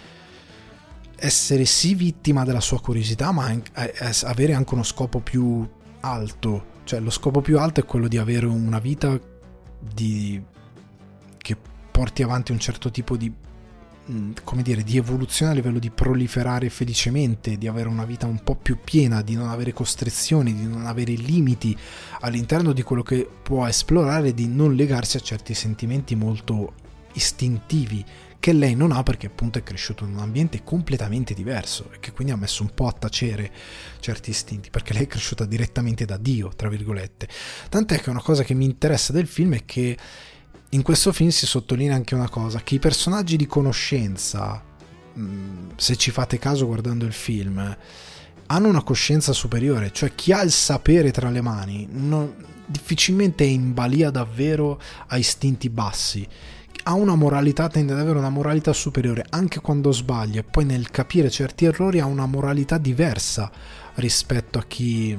essere sì vittima della sua curiosità, ma avere anche uno scopo più alto. Cioè lo scopo più alto è quello di avere una vita di che porti avanti un certo tipo di come dire, di evoluzione a livello di proliferare felicemente, di avere una vita un po' più piena, di non avere costrizioni, di non avere limiti all'interno di quello che può esplorare, di non legarsi a certi sentimenti molto istintivi che lei non ha, perché appunto è cresciuto in un ambiente completamente diverso e che quindi ha messo un po' a tacere certi istinti, perché lei è cresciuta direttamente da Dio, tra virgolette. Tant'è che una cosa che mi interessa del film è che in questo film si sottolinea anche una cosa, che i personaggi di conoscenza, se ci fate caso guardando il film, hanno una coscienza superiore, cioè chi ha il sapere tra le mani non, difficilmente è in balia davvero a istinti bassi, ha una moralità, tende ad avere una moralità superiore anche quando sbaglia, e poi nel capire certi errori ha una moralità diversa rispetto a chi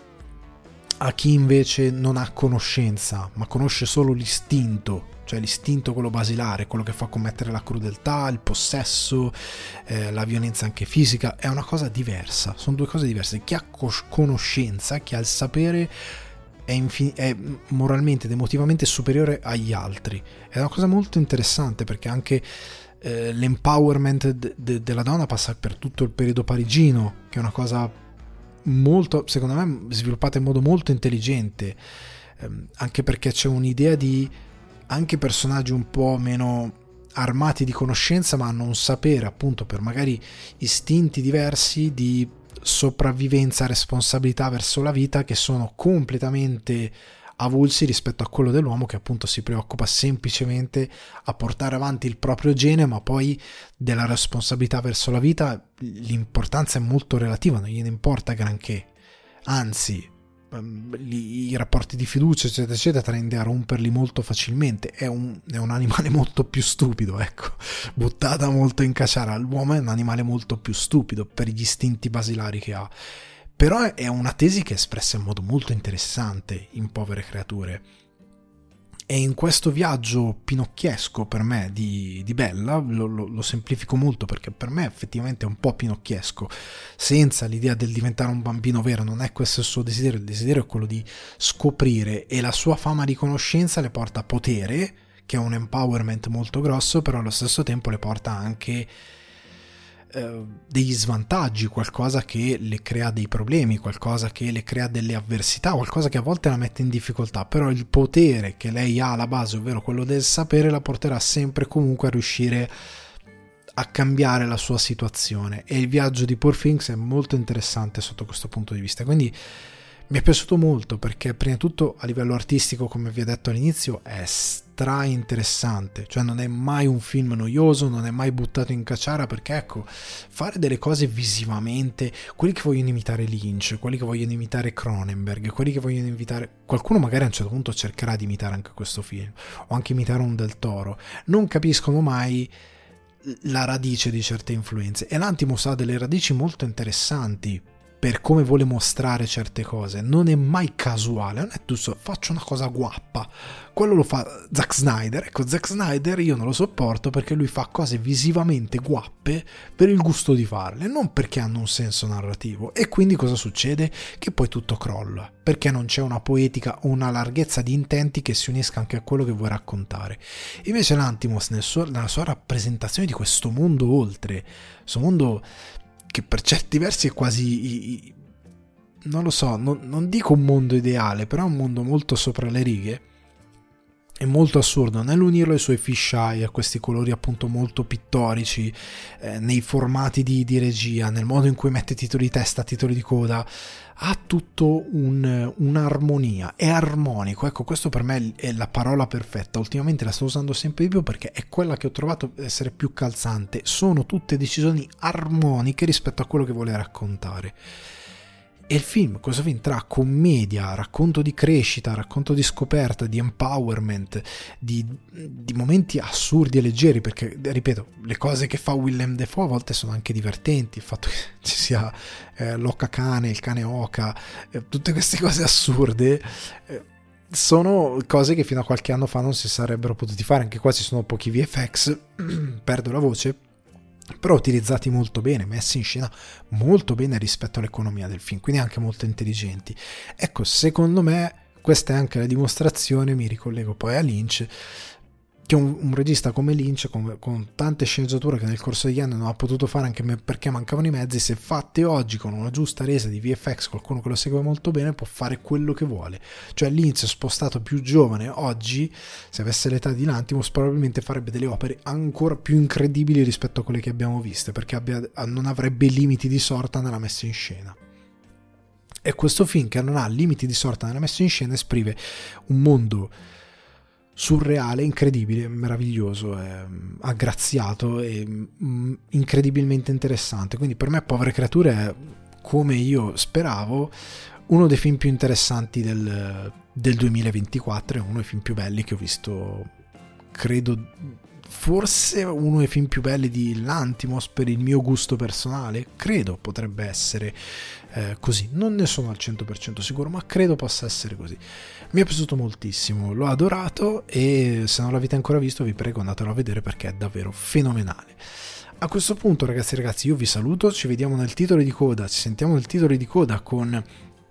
a chi invece non ha conoscenza, ma conosce solo l'istinto, cioè l'istinto quello basilare, quello che fa commettere la crudeltà, il possesso, eh, la violenza anche fisica. È una cosa diversa, sono due cose diverse. Chi ha conoscenza, chi ha il sapere è, infin- è moralmente ed emotivamente superiore agli altri. È una cosa molto interessante, perché anche eh, l'empowerment de- de- della donna passa per tutto il periodo parigino, che è una cosa molto, secondo me, sviluppata in modo molto intelligente, ehm, anche perché c'è un'idea di anche personaggi un po' meno armati di conoscenza, ma hanno un sapere, appunto, per magari istinti diversi di sopravvivenza, responsabilità verso la vita, che sono completamente avulsi rispetto a quello dell'uomo, che appunto si preoccupa semplicemente a portare avanti il proprio gene, ma poi della responsabilità verso la vita l'importanza è molto relativa, non gliene importa granché, anzi i rapporti di fiducia eccetera eccetera tende a romperli molto facilmente. È un, è un animale molto più stupido, ecco, buttata molto in caciara. L'uomo è un animale molto più stupido per gli istinti basilari che ha, però è una tesi che è espressa in modo molto interessante in Povere creature. E in questo viaggio pinocchiesco per me di, di Bella, lo, lo, lo semplifico molto perché per me effettivamente è un po' pinocchiesco, senza l'idea del diventare un bambino vero, non è questo il suo desiderio, il desiderio è quello di scoprire, e la sua fama di conoscenza le porta potere, che è un empowerment molto grosso, però allo stesso tempo le porta anche eh, degli svantaggi, qualcosa che le crea dei problemi, qualcosa che le crea delle avversità, qualcosa che a volte la mette in difficoltà, però il potere che lei ha alla base, ovvero quello del sapere, la porterà sempre comunque a riuscire a cambiare la sua situazione. E il viaggio di Poor Things è molto interessante sotto questo punto di vista, quindi mi è piaciuto molto, perché prima di tutto a livello artistico, come vi ho detto all'inizio, è stra interessante, cioè non è mai un film noioso, non è mai buttato in caciara, perché ecco, fare delle cose visivamente, quelli che vogliono imitare Lynch, quelli che vogliono imitare Cronenberg, quelli che vogliono imitare, qualcuno magari a un certo punto cercherà di imitare anche questo film, o anche imitare un Del Toro, non capiscono mai la radice di certe influenze, e l'Antimos ha delle radici molto interessanti per come vuole mostrare certe cose, non è mai casuale, non è giusto faccio una cosa guappa, quello lo fa Zack Snyder. Ecco, Zack Snyder io non lo sopporto perché lui fa cose visivamente guappe per il gusto di farle, non perché hanno un senso narrativo, e quindi cosa succede? Che poi tutto crolla, perché non c'è una poetica o una larghezza di intenti che si unisca anche a quello che vuoi raccontare. Invece l'Antimos nel suo, nella sua rappresentazione di questo mondo oltre, questo mondo che per certi versi è quasi, non lo so, non, non dico un mondo ideale, però è un mondo molto sopra le righe, è molto assurdo nell'unirlo ai suoi fisheye, a questi colori appunto molto pittorici, eh, nei formati di, di regia, nel modo in cui mette titoli di testa, titoli di coda, ha tutto un, un'armonia, è armonico. Ecco, questo per me è la parola perfetta, ultimamente la sto usando sempre di più perché è quella che ho trovato essere più calzante. Sono tutte decisioni armoniche rispetto a quello che vuole raccontare. E il film, questo film tra commedia, racconto di crescita, racconto di scoperta, di empowerment, di, di momenti assurdi e leggeri, perché, ripeto, le cose che fa Willem Dafoe a volte sono anche divertenti, il fatto che ci sia eh, l'oca cane, il cane oca, eh, tutte queste cose assurde, eh, sono cose che fino a qualche anno fa non si sarebbero potuti fare. Anche qua ci sono pochi V F X, perdo la voce, però utilizzati molto bene, messi in scena molto bene rispetto all'economia del film, quindi anche molto intelligenti. Ecco, secondo me questa è anche la dimostrazione, mi ricollego poi a Lynch, che un, un regista come Lynch, con, con tante sceneggiature che nel corso degli anni non ha potuto fare anche perché mancavano i mezzi, se fatte oggi con una giusta resa di V F X, qualcuno che lo segue molto bene, può fare quello che vuole. Cioè Lynch, spostato più giovane oggi, se avesse l'età di Lanthimos, probabilmente farebbe delle opere ancora più incredibili rispetto a quelle che abbiamo viste, perché abbia, non avrebbe limiti di sorta nella messa in scena. E questo film, che non ha limiti di sorta nella messa in scena, esprime un mondo surreale, incredibile, meraviglioso, eh, aggraziato e mh, incredibilmente interessante. Quindi per me Povere Creature è, come io speravo, uno dei film più interessanti del, del duemilaventiquattro, è uno dei film più belli che ho visto, credo, forse uno dei film più belli di Lanthimos per il mio gusto personale, credo potrebbe essere eh, così, non ne sono al cento per cento sicuro, ma credo possa essere così. Mi è piaciuto moltissimo, l'ho adorato, e se non l'avete ancora visto vi prego andatelo a vedere perché è davvero fenomenale. A questo punto, ragazzi e ragazzi, io vi saluto, ci vediamo nel titolo di coda, ci sentiamo nel titolo di coda con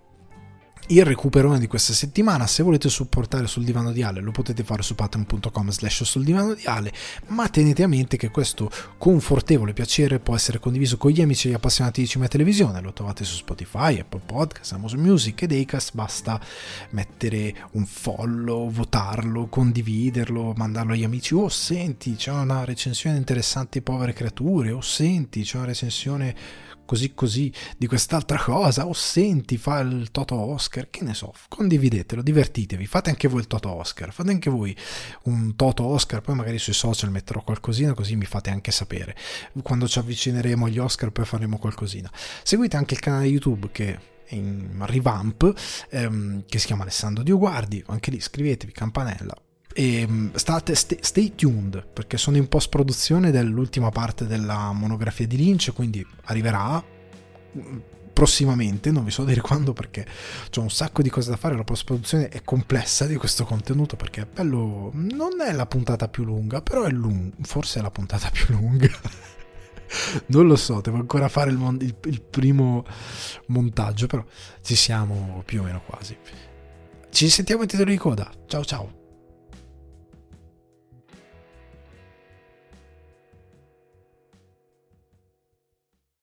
il recuperone di questa settimana. Se volete supportare Sul Divano di Ale lo potete fare su patreon punto com slash sul divano di Ale, ma tenete a mente che questo confortevole piacere può essere condiviso con gli amici e gli appassionati di cinema e televisione. Lo trovate su Spotify, Apple Podcast, Amazon Music ed Acast. Basta mettere un follow, votarlo, condividerlo, mandarlo agli amici. Oh, senti, c'è una recensione interessante di Povere Creature, o senti, c'è una recensione così così di quest'altra cosa, o senti, fa il Toto Oscar, che ne so, condividetelo, divertitevi, fate anche voi il Toto Oscar, fate anche voi un Toto Oscar, poi magari sui social metterò qualcosina, così mi fate anche sapere. Quando ci avvicineremo agli Oscar poi faremo qualcosina. Seguite anche il canale YouTube che è in revamp, ehm, che si chiama Alessandro Dioguardi, anche lì iscrivetevi, campanella. E state stay, stay tuned, perché sono in post produzione dell'ultima parte della monografia di Lynch, quindi arriverà prossimamente, non vi so dire quando perché c'ho un sacco di cose da fare. La post produzione è complessa di questo contenuto, perché è bello, non è la puntata più lunga, però è lunga, forse è la puntata più lunga non lo so, devo ancora fare il, mon- il, il primo montaggio, però ci siamo più o meno quasi. Ci sentiamo in titolo di coda, ciao ciao.